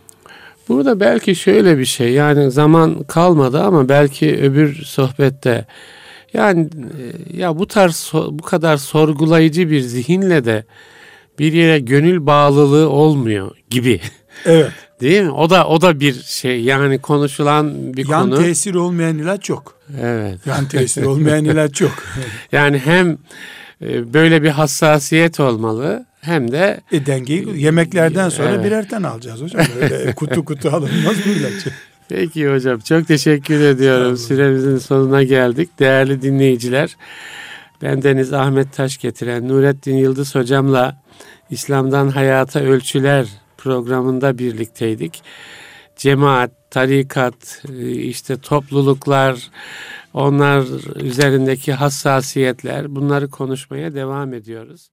Burada belki şöyle bir şey, yani zaman kalmadı ama belki öbür sohbette, yani e, ya bu tarz bu kadar sorgulayıcı bir zihinle de bir yere gönül bağlılığı olmuyor gibi. Evet. Değil mi? O da o da bir şey, yani konuşulan bir Yan konu. tesir olmayan ilaç yok. Evet. Yan tesir olmayan ilaç yok. Yani hem e, böyle bir hassasiyet olmalı, hem de E dengeyi yemeklerden sonra Evet. birer tane alacağız hocam. Öyle kutu kutu alınmaz bu ilaç. Peki hocam, çok teşekkür ediyorum. Süremizin sonuna geldik. Değerli dinleyiciler, ben Deniz Ahmet Taş getiren Nurettin Yıldız hocamla İslam'dan Hayata Ölçüler programında birlikteydik. Cemaat, tarikat, işte topluluklar, onlar üzerindeki hassasiyetler, bunları konuşmaya devam ediyoruz.